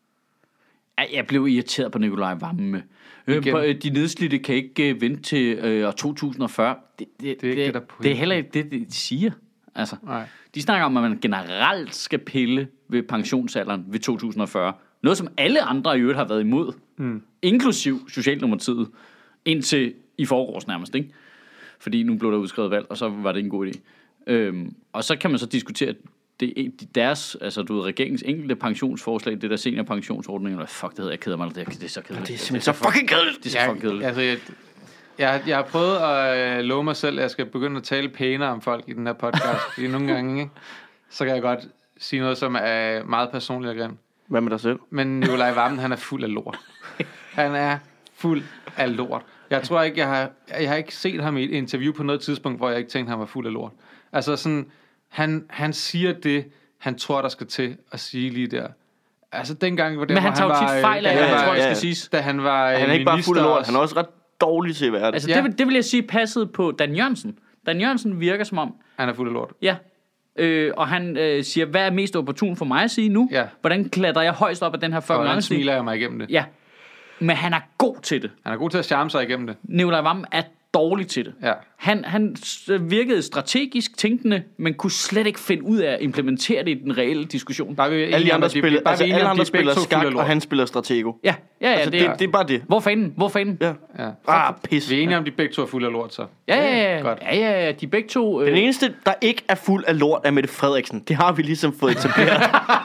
Jeg blev irriteret på Nikolaj Wammen. De nedslidte kan ikke vente til år 2040. Det ikke det, der er det er heller ikke det, de siger. Altså, Nej. de snakker om, at man generelt skal pille ved pensionsalderen ved 2040. Noget, som alle andre i øvrigt har været imod. Inklusiv Socialdemokratiet. Indtil i forgårs nærmest, ikke? Fordi nu blev der udskrevet valg, og så var det en god idé. Og så kan man så diskutere deres, altså du ved, regeringens enkelte pensionsforslag, det der seniorpensionsordning, eller fuck det hedder, jeg keder mig, det er så kedeligt. Det er simpelthen så fucking kedeligt. Det er så fucking kedeligt. Altså, jeg har prøvet at love mig selv, at jeg skal begynde at tale pænere om folk i den her podcast. Fordi nogle gange, ikke, så kan jeg godt sige noget, som er meget personligt og grimt. Hvad med dig selv? Men Nikolaj Wammen, han er fuld af lort. Han er fuld af lort. Jeg tror ikke, jeg har ikke set ham i et interview på noget tidspunkt, hvor jeg ikke tænkte, han var fuld af lort. Altså sådan, han siger det han tror, der skal til at sige lige der. Altså dengang, hvor Men han tager jo tit fejl af, jeg tror, det skal siges. Da han var Han er ikke bare fuld af lort, han er også ret dårlig til at være det. Altså, det vil jeg sige passede på Dan Jørgensen. Dan Jørgensen virker som om... Han er fuld af lort. Ja. Og han siger, hvad er mest opportun for mig at sige nu? Ja. Hvordan klatrer jeg højst op af den her fucking Hvordan langstige? smiler jeg mig igennem det? Ja. Men han er god til det. Han er god til at charme sig igennem det. Nicolai Wammen er dårlig til det. Ja. Han virkede strategisk tænkende, men kunne slet ikke finde ud af at implementere det i den reelle diskussion. Bare vi Alle andre spiller, alle andre spiller skak, lort. og han spiller stratego. Ja, Altså, det er bare det. Hvor fanden? Ja. Ja. Pis. Vi er enige om, de begge to er fulde af lort, så. Ja, Godt. ja, de begge to... Den eneste, der ikke er fuld af lort, er Mette Frederiksen. Det har vi ligesom fået etableret.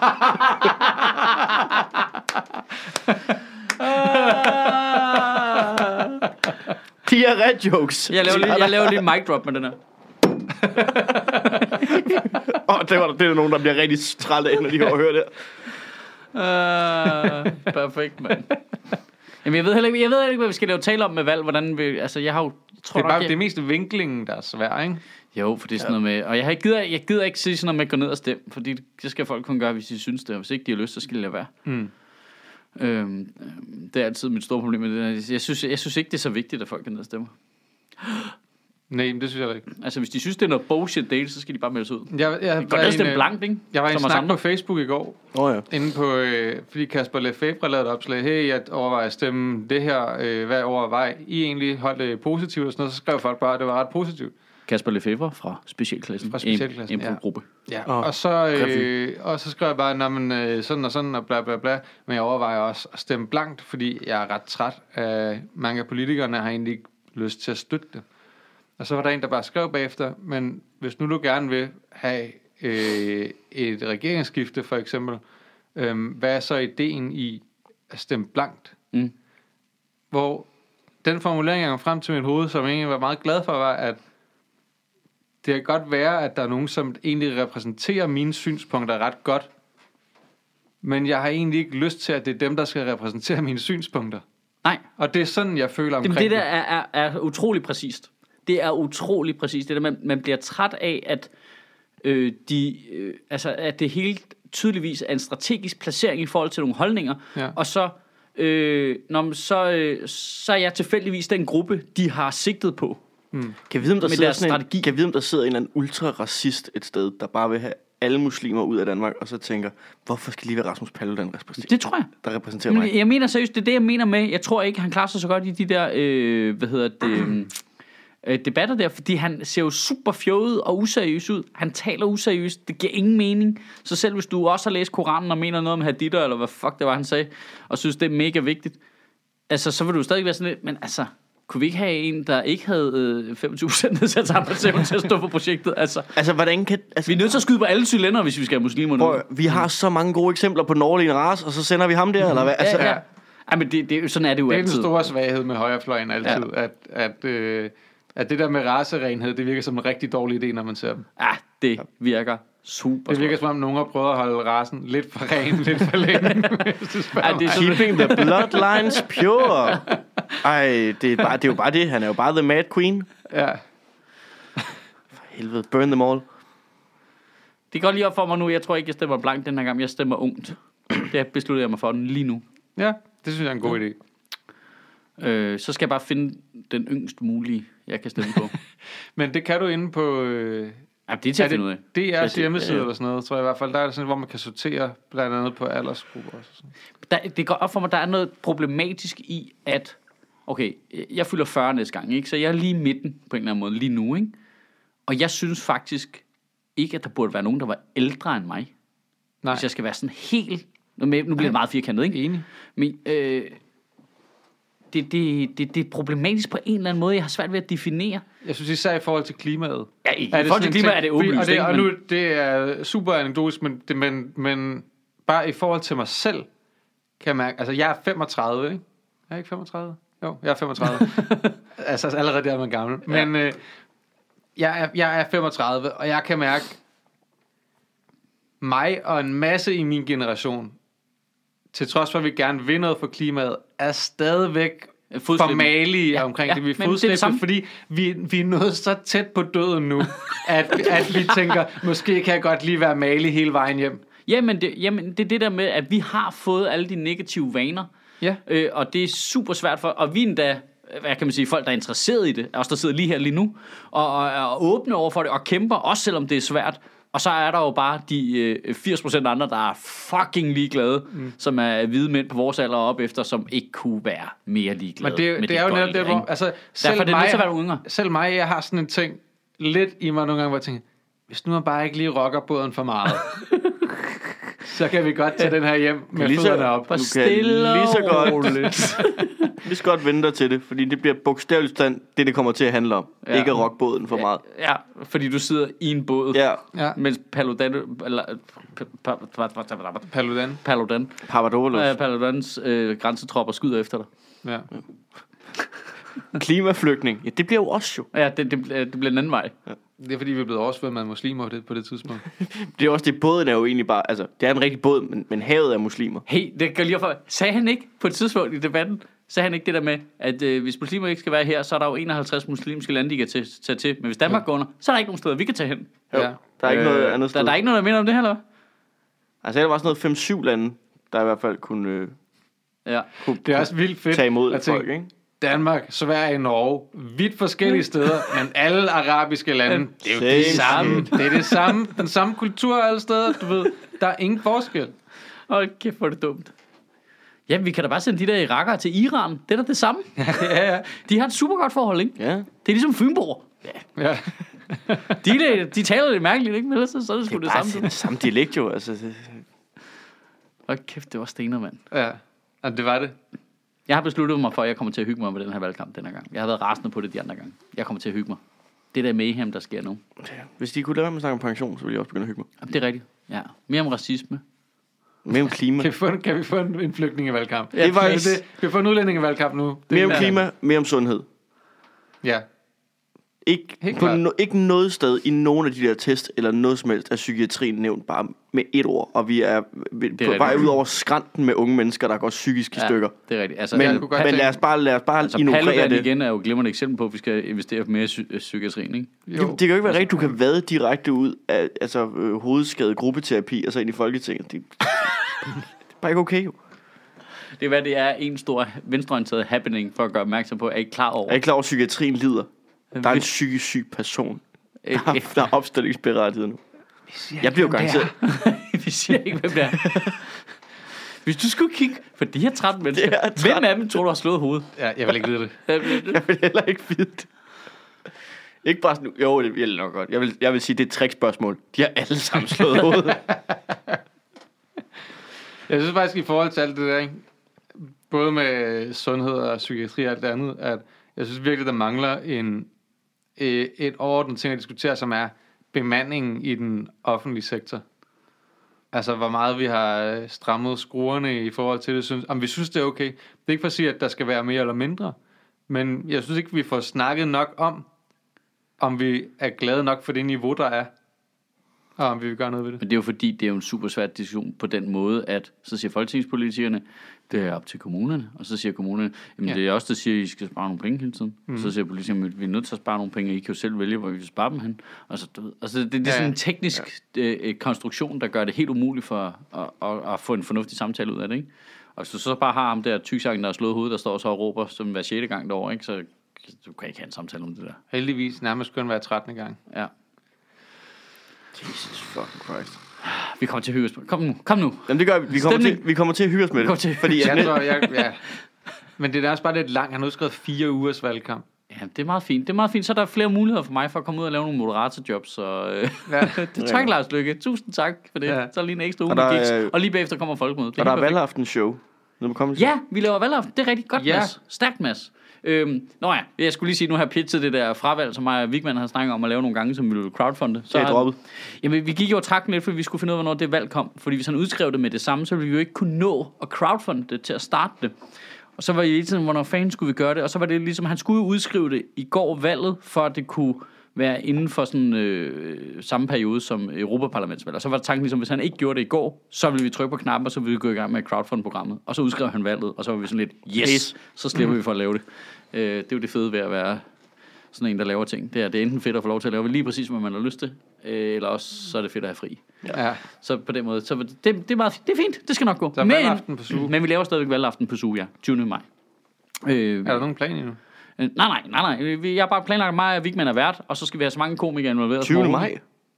Diarré-jokes. Jeg laver lige en mic drop med den her. Det er nogen, der bliver rigtig træt af, når de har hørt det. Perfekt, mand. Jamen, jeg ved heller ikke, hvad vi skal tale om med valg. Hvordan vi... Altså, jeg har jo... Det er bare det mest vinklingen, der er svær, ikke? Jo, for det er sådan noget med... Og jeg gider ikke sige sådan noget med at gå ned og stemme, fordi det skal folk kun gøre, hvis de synes det. Og hvis ikke de har lyst, så skal de lade være. Det er altid mit store problem med det. Jeg synes ikke, det er så vigtigt, at folk går ned og stemmer. Nej, men det synes jeg ikke. Altså, hvis de synes, det er noget bullshit date, så skal de bare melde sig ud. Jeg Godt at stemme blankt, ikke? Jeg var i en Som os snak andre. på Facebook i går. Inde på, fordi Kasper Lefebvre lavede et opslag. Hey, jeg overvejer at stemme det her. Hvad overvej I egentlig holdt det positivt og sådan noget? Så skrev folk bare, at det var ret positivt. Kasper Lefebvre fra Specialklassen. Fra Specialklassen, en gruppe. Ja. Og så skrev jeg bare, sådan og sådan og bla bla bla. Men jeg overvejer også at stemme blankt, fordi jeg er ret træt af mange af politikerne har egentlig ikke lyst til at støtte det. Og så var der en, der bare skrev bagefter, men hvis nu du gerne vil have et regeringsskifte for eksempel, hvad er så ideen i at stemme blankt? Hvor den formulering, jeg kom frem til mit hoved, som jeg egentlig var meget glad for, var, at det kan godt være, at der er nogen, som egentlig repræsenterer mine synspunkter ret godt, men jeg har egentlig ikke lyst til, at det er dem, der skal repræsentere mine synspunkter. Nej. Og det er sådan, jeg føler omkring det. Det der er utrolig præcist. Det er utrolig præcist. Det der, man bliver træt af, at at det helt tydeligvis er en strategisk placering i forhold til nogle holdninger, og så er jeg tilfældigvis den gruppe, de har sigtet på. Kan vi vide, om der sidder en eller anden ultra-racist et sted, der bare vil have alle muslimer ud af Danmark, og så tænker, hvorfor skal lige være Rasmus Paludan repræsentere? Det tror jeg. Der repræsenterer mig. Jeg mener seriøst, det er det, jeg mener med, jeg tror ikke, han klarer sig så godt i de der, debatter der, fordi han ser jo super fjollet og useriøs ud. Han taler useriøst, det giver ingen mening. Så selv hvis du også har læst Koranen og mener noget om haditter, eller hvad fuck det var, han sagde, og synes, det er mega vigtigt, altså, så vil du stadig være sådan lidt, men altså, kunne vi ikke have en, der ikke havde 25% nedsat arbejdsevne til at stå for projektet? Altså, hvordan kan... Altså, vi er nødt til at skyde på alle cylinder, hvis vi skal have muslimer nu. Vi har så mange gode eksempler på Norlin Ras, og så sender vi ham der, eller hvad? Altså, ja. Ja, men sådan er det jo altid. Det er den store svaghed med højrefløjen altid, at det der med racerenhed, det virker som en rigtig dårlig idé, når man ser dem. Ja, det virker super. Det virker som om nogen har prøvet at holde racen lidt for ren, lidt for længe. Det er keeping the bloodlines pure. Det er jo bare det. Han er jo bare the mad queen. Ja. For helvede, burn them all. Det går lige op for mig nu. Jeg tror ikke, jeg stemmer blankt den her gang. Jeg stemmer ungt. Det beslutter jeg mig for den lige nu. Ja, det synes jeg er en god idé. Så skal jeg bare finde den yngst mulige, jeg kan stemme på. Men det kan du inde på... det er til at finde ud af. Det er hjemmeside eller sådan noget, tror jeg i hvert fald. Der er det sådan, hvor man kan sortere blandt andet på aldersgrupper. Og sådan. Det går op for mig, der er noget problematisk i, at... Okay, jeg fylder 40 næste gang, ikke? Så jeg er lige i midten på en eller anden måde, lige nu, ikke? Og jeg synes faktisk ikke, at der burde være nogen, der var ældre end mig. Nej. Hvis jeg skal være sådan helt... Nu bliver det meget firkantet, ikke? Enig. Men... Det er problematisk på en eller anden måde. Jeg har svært ved at definere. Jeg synes især i forhold til klimaet. Ja, i forhold til klimaet er det åbenlyst. Og nu, det er super anekdotisk, men bare i forhold til mig selv, kan jeg mærke, altså jeg er 35, ikke? Er jeg ikke 35? Jo, jeg er 35. Altså allerede der er man gammel. Men jeg er 35, og jeg kan mærke, mig og en masse i min generation, til trods for, at vi gerne vil noget for klimaet, er stadigvæk formalige omkring det. Vi er fodslæbende, fordi vi er nået så tæt på døden nu, at vi tænker, måske kan jeg godt lige være malig hele vejen hjem. Jamen, det er det der med, at vi har fået alle de negative vaner. Ja. Og det er super svært for, og vi endda, hvad kan man sige, folk der er interesseret i det, os der sidder lige her lige nu, og er åbne over for det, og kæmper, også selvom det er svært. Og så er der jo bare de 80% andre, der er fucking ligeglade, som er hvide mænd på vores alder op efter, som ikke kunne være mere ligeglade. Men det er jo netop det, hvor, altså, selv mig, jeg har sådan en ting lidt i mig nogle gange, hvor jeg tænker, hvis nu man bare ikke lige rocker båden for meget, så kan vi godt tage den her hjem med fødderne op. For stille og roligt. Vi skal godt vente til det, fordi det bliver bogstaveligt det kommer til at handle om. Ja. Ikke at rocke båden for meget. Ja, fordi du sidder i en båd, mens Paludans grænsetropper skyder efter dig. Ja. Klimaflygtning, ja, det bliver jo også jo. Ja, det bliver den anden vej. Ja. Det er fordi, vi er blevet oversvømmet af muslimer på det tidspunkt. Det er også det, båden er jo egentlig bare, altså, det er en rigtig båd, men havet er muslimer. Hey, det kan lige for. Sagde han ikke på et tidspunkt i debatten, sagde han ikke det der med, at hvis muslimer ikke skal være her, så er der jo 51 muslimske lande, de kan tage til. Men hvis Danmark går under, så er der ikke nogen steder, vi kan tage hen. Jo, der er ikke noget andet sted. Der er ikke noget, der minder om det her, eller? Altså, der var sådan noget 5-7 lande, der i hvert fald kunne det er også vildt fedt tage imod folk, ikke? Danmark, Sverige, Norge, vidt forskellige steder, men alle arabiske lande, det er jo det samme. Det er det samme, den samme kultur alle steder, du ved. Der er ingen forskel. Hold kæft, hvor er det dumt. Ja, vi kan da bare sende de der irakere til Iran. Det er da det samme. Ja. De har et super godt forhold, ikke? Ja. Det er ligesom Fynborg. Ja. De taler lidt mærkeligt, ikke? Men så er det sgu det samme. Det er samme dialekt jo, altså. Hold kæft, det var stener, mand. Ja, det var det. Jeg har besluttet mig for, at jeg kommer til at hygge mig med den her valgkamp denne gang. Jeg har været rasende på det de andre gange. Jeg kommer til at hygge mig. Det der mayhem, der sker nu. Hvis de kunne lade være med at snakke om pension, så ville jeg også begynde at hygge mig. Jamen, det er rigtigt. Ja. Mere om racisme. Mere om klima. Kan vi få en flygtningevalgkamp? Ja, det var det. Kan vi få en udlændingevalgkamp nu? Mere om klima, mere om sundhed. Ja. Ikke noget sted i nogen af de der test eller noget som helst er psykiatrien nævnt bare med et ord, og vi er på vej ud over skrænten med unge mennesker, der går psykisk i stykker. Det er rigtigt. Altså, men lad os bare altså, ignorere det. Igen er jo glimrende eksempel på, at vi skal investere mere i psykiatrien, ikke? Jo. Det kan jo ikke være rigtigt, du kan vade direkte ud af hovedskade gruppeterapi og så ind i Folketinget. Det er bare ikke okay, jo. Det er hvad det er en stor venstreorienteret happening for at gøre opmærksom på, at jeg ikke klar over. Jeg er ikke klar over, at psykiatrien lider. Der er en psykisk syg person, der er opstillingsberettiget nu. Jeg bliver jo garanteret. Vi siger ikke, hvem det er. Hvis du skulle kigge på de her 13 mennesker, hvem af dem tror du har slået hovedet? Ja, jeg vil ikke vide det. Jeg vil heller ikke vide det. Ikke bare sådan, jo, det vil nok godt. Jeg vil sige, det er et trickspørgsmål. De har alle sammen slået hovedet. Jeg synes faktisk, i forhold til alt det der, ikke? Både med sundhed og psykiatri og alt det andet, at jeg synes virkelig, der mangler et overordnet ting at diskutere, som er bemandingen i den offentlige sektor. Altså, hvor meget vi har strammet skruerne i forhold til det. Om vi synes, det er okay. Det er ikke for at sige, at der skal være mere eller mindre. Men jeg synes ikke, vi får snakket nok om vi er glade nok for det niveau, der er. Og om vi vil gøre noget ved det. Men det er jo fordi, det er jo en super svær diskussion på den måde, at så siger folketingspolitikerne, det er op til kommunerne. Og så siger kommunerne, jamen det er også der siger, at I skal spare nogle penge hele tiden. Og så siger politikerne, at vi er nødt til at spare nogle penge, og I kan jo selv vælge, hvor vi vil spare dem hen. Altså, det er sådan en teknisk konstruktion, der gør det helt umuligt for at få en fornuftig samtale ud af det, ikke? Og så bare har ham der tyksakken, der har slået hovedet, der står så og råber som hver 6. gang derovre, ikke? Så du kan ikke have en samtale om det der. Heldigvis nærmest kun hver 13. gang. Ja. Jesus fucking Christ. Vi kommer til at hygge os. Kom nu. Jamen det gør vi. Vi kommer til at hygge os med det. Fordi Men det er også bare lidt langt. Han har udskrevet 4 ugers valgkamp. Ja, det er meget fint. Så er der flere muligheder for mig for at komme ud og lave nogle moderatorjobs. Det tak, Lars Løkke. Tusind tak for det. Så er lige en ekstra uge med gigs. Og lige bagefter kommer folkemødet. Og der er valgaftenshow. Ja, vi laver valgaften. Det er rigtig godt, Mads. Stærkt, Mads. Jeg skulle lige sige, nu har jeg pitchet det der fravalg, som mig og Vigman havde snakket om at lave nogle gange, som vi ville crowdfunde. Så er droppet. Jamen, vi gik jo og trak lidt, fordi vi skulle finde ud af, hvornår det valg kom. Fordi hvis han udskrev det med det samme, så ville vi jo ikke kunne nå at crowdfunde det til at starte det. Og så var jeg hele tiden, hvornår fanden skulle vi gøre det? Og så var det ligesom, han skulle udskrive det i går valget, for at det kunne være inden for sådan samme periode som Europaparlamentsvalg. Og så var tanken ligesom, hvis han ikke gjorde det i går, så ville vi trykke på knappen, og så ville vi gå i gang med crowdfund-programmet. Og så udskrev han valget, og så var vi sådan lidt, yes, så slipper vi for at lave det. Det er jo det fede ved at være sådan en, der laver ting. Det er enten fedt at få lov til at lave lige præcis, hvad man har lyst til, eller også så er det fedt at have fri. Ja. Så på den måde, så det er fint, det skal nok gå. Så valgaften på SUGE. Men vi laver stadigvæk valgaften på SUGE, ja. 20. maj. Er der nogen plan endnu? Nej. Jeg har bare planlagt mig, at Vigman er vært, og så skal vi have så mange komikere involveret. 20. maj?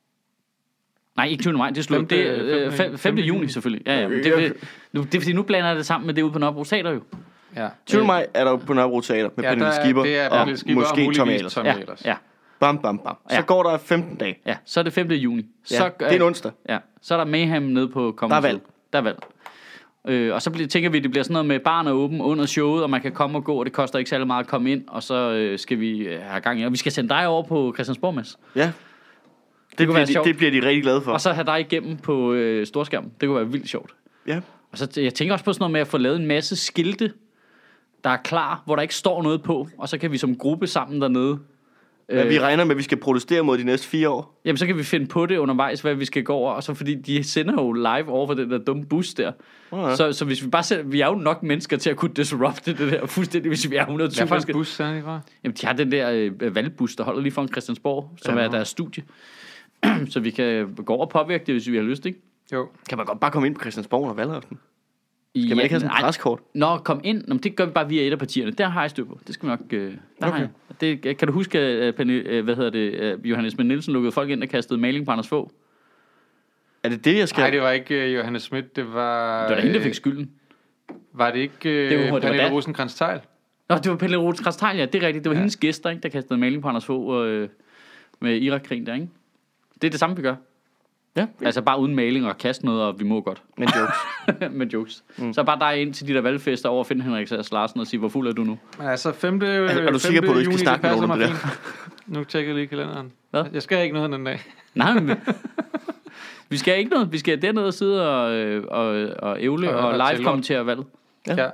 Nej, ikke 20. maj, det er slut. Det er 5. juni selvfølgelig. Ja. Det er fordi, nu blander jeg det sammen med det ude på Nørrebro Teater jo. Ja. 20. maj er der på Nørrebro Teater med Pernille Skipper og måske Tommy Ahlers. Ja. Bam. Så går der 15 dage. Ja, så er det 5. juni. Ja, så, det er en onsdag. Ja, så er der Mayhem nede på Comedy. Der er valg. Og så tænker vi, at det bliver sådan noget med barn og åben under showet, og man kan komme og gå, og det koster ikke særlig meget at komme ind, og så skal vi have gang i. Og vi skal sende dig over på Christiansborg, Mads. Ja. Det bliver de rigtig glade for. Og så have dig igennem på storskærmen. Det kunne være vildt sjovt. Ja. Og så jeg tænker også på sådan noget med at få lavet en masse skilte, der er klar, hvor der ikke står noget på, og så kan vi som gruppe sammen dernede. Ja, vi regner med, at vi skal protestere mod de næste 4 år. Jamen, så kan vi finde på det undervejs, hvad vi skal gå over. Og så fordi de sender jo live over for den der dumme bus der. Så hvis vi bare ser, vi er jo nok mennesker til at kunne disrupte det der fuldstændig, hvis vi er 120 mennesker. Hvad for en bus er det fra? Jamen, de har den der valgbus, der holder lige foran Christiansborg, som er deres studie. Så vi kan gå over og påvirke det, hvis vi har lyst, ikke? Jo. Kan man godt bare komme ind på Christiansborg under valgaften? Skal man ikke have sådan et preskort? Nå, kom ind. Nå, det gør vi bare via et af partierne. Der har jeg styr på. Det skal vi nok... Okay. Det, kan du huske, at Johannes Schmidt Nielsen lukkede folk ind og kastede maling på Anders Fogh? Er det det, jeg skal... Nej, det var ikke Johannes Schmidt, det var... Det var da hende, der fik skylden. Var det ikke Pernille Rosenkrantz-Theil? Nå, det var Pernille Rosenkrantz-Theil, ja. Det er rigtigt. Det var hendes gæster, ikke, der kastede maling på Anders Fogh med Irak-krigen der, ikke? Det er det samme, vi gør. Ja. Altså bare uden maling og kaste noget, og vi må godt. Men jokes. Med jokes. Så bare dig ind til de der valgfester over at finde Henrik Sass Larsen og sige, hvor fuld er du nu? Altså 5. Er du sikker på, at du ikke skal snakke med nogen om det der? Nu tjekker jeg lige kalenderen. Hvad? Jeg skal ikke noget den dag. Nej, men vi skal ikke noget. Vi skal dernede og sidde og ævle og live-kommentere valget. Ja. Det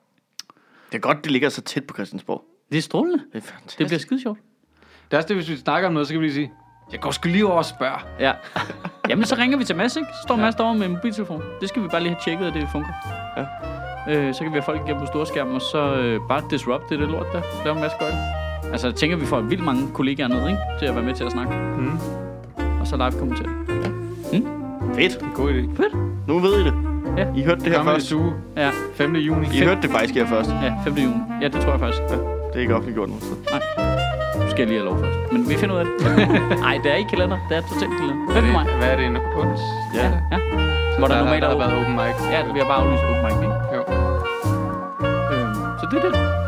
er godt, det ligger så tæt på Christiansborg. Det er strålende. Det er fantastisk. Det bliver skide sjovt. Det er også det, hvis vi snakker om noget, så kan vi lige sige, jeg går sgu lige over og spørger. Ja. Jamen, så ringer vi til Mads, ikke? Så står Mads derovre med en mobiltelefon. Det skal vi bare lige have tjekket, at det fungerer. Ja. Så kan vi have folk igennem på storskærmen, og så bare disrupt det lort der. Lave en masse gøjl. Altså, jeg tænker, vi får vildt mange kollegaer ned, ikke? Til at være med til at snakke. Og så live kommentere. Fedt. God idé. Fedt. Nu ved I det. Ja. I hørte det her først. SUGE. Ja. 5. juni. I hørte det faktisk her først. Ja, 5. juni. Ja, det tror jeg faktisk. Ja. Det er ikke offentliggjort nogen sted. Nej. Du skal lige have lov først. Men vi finder ud af det. Nej, det er ikke kalender. Det er totalt kalender. 5. maj. Hvad er det, en ons? Ja. Hvor der normalt har været open mic. Ja, vi har bare aflyst open mic, ikke? Jo. Så det er det.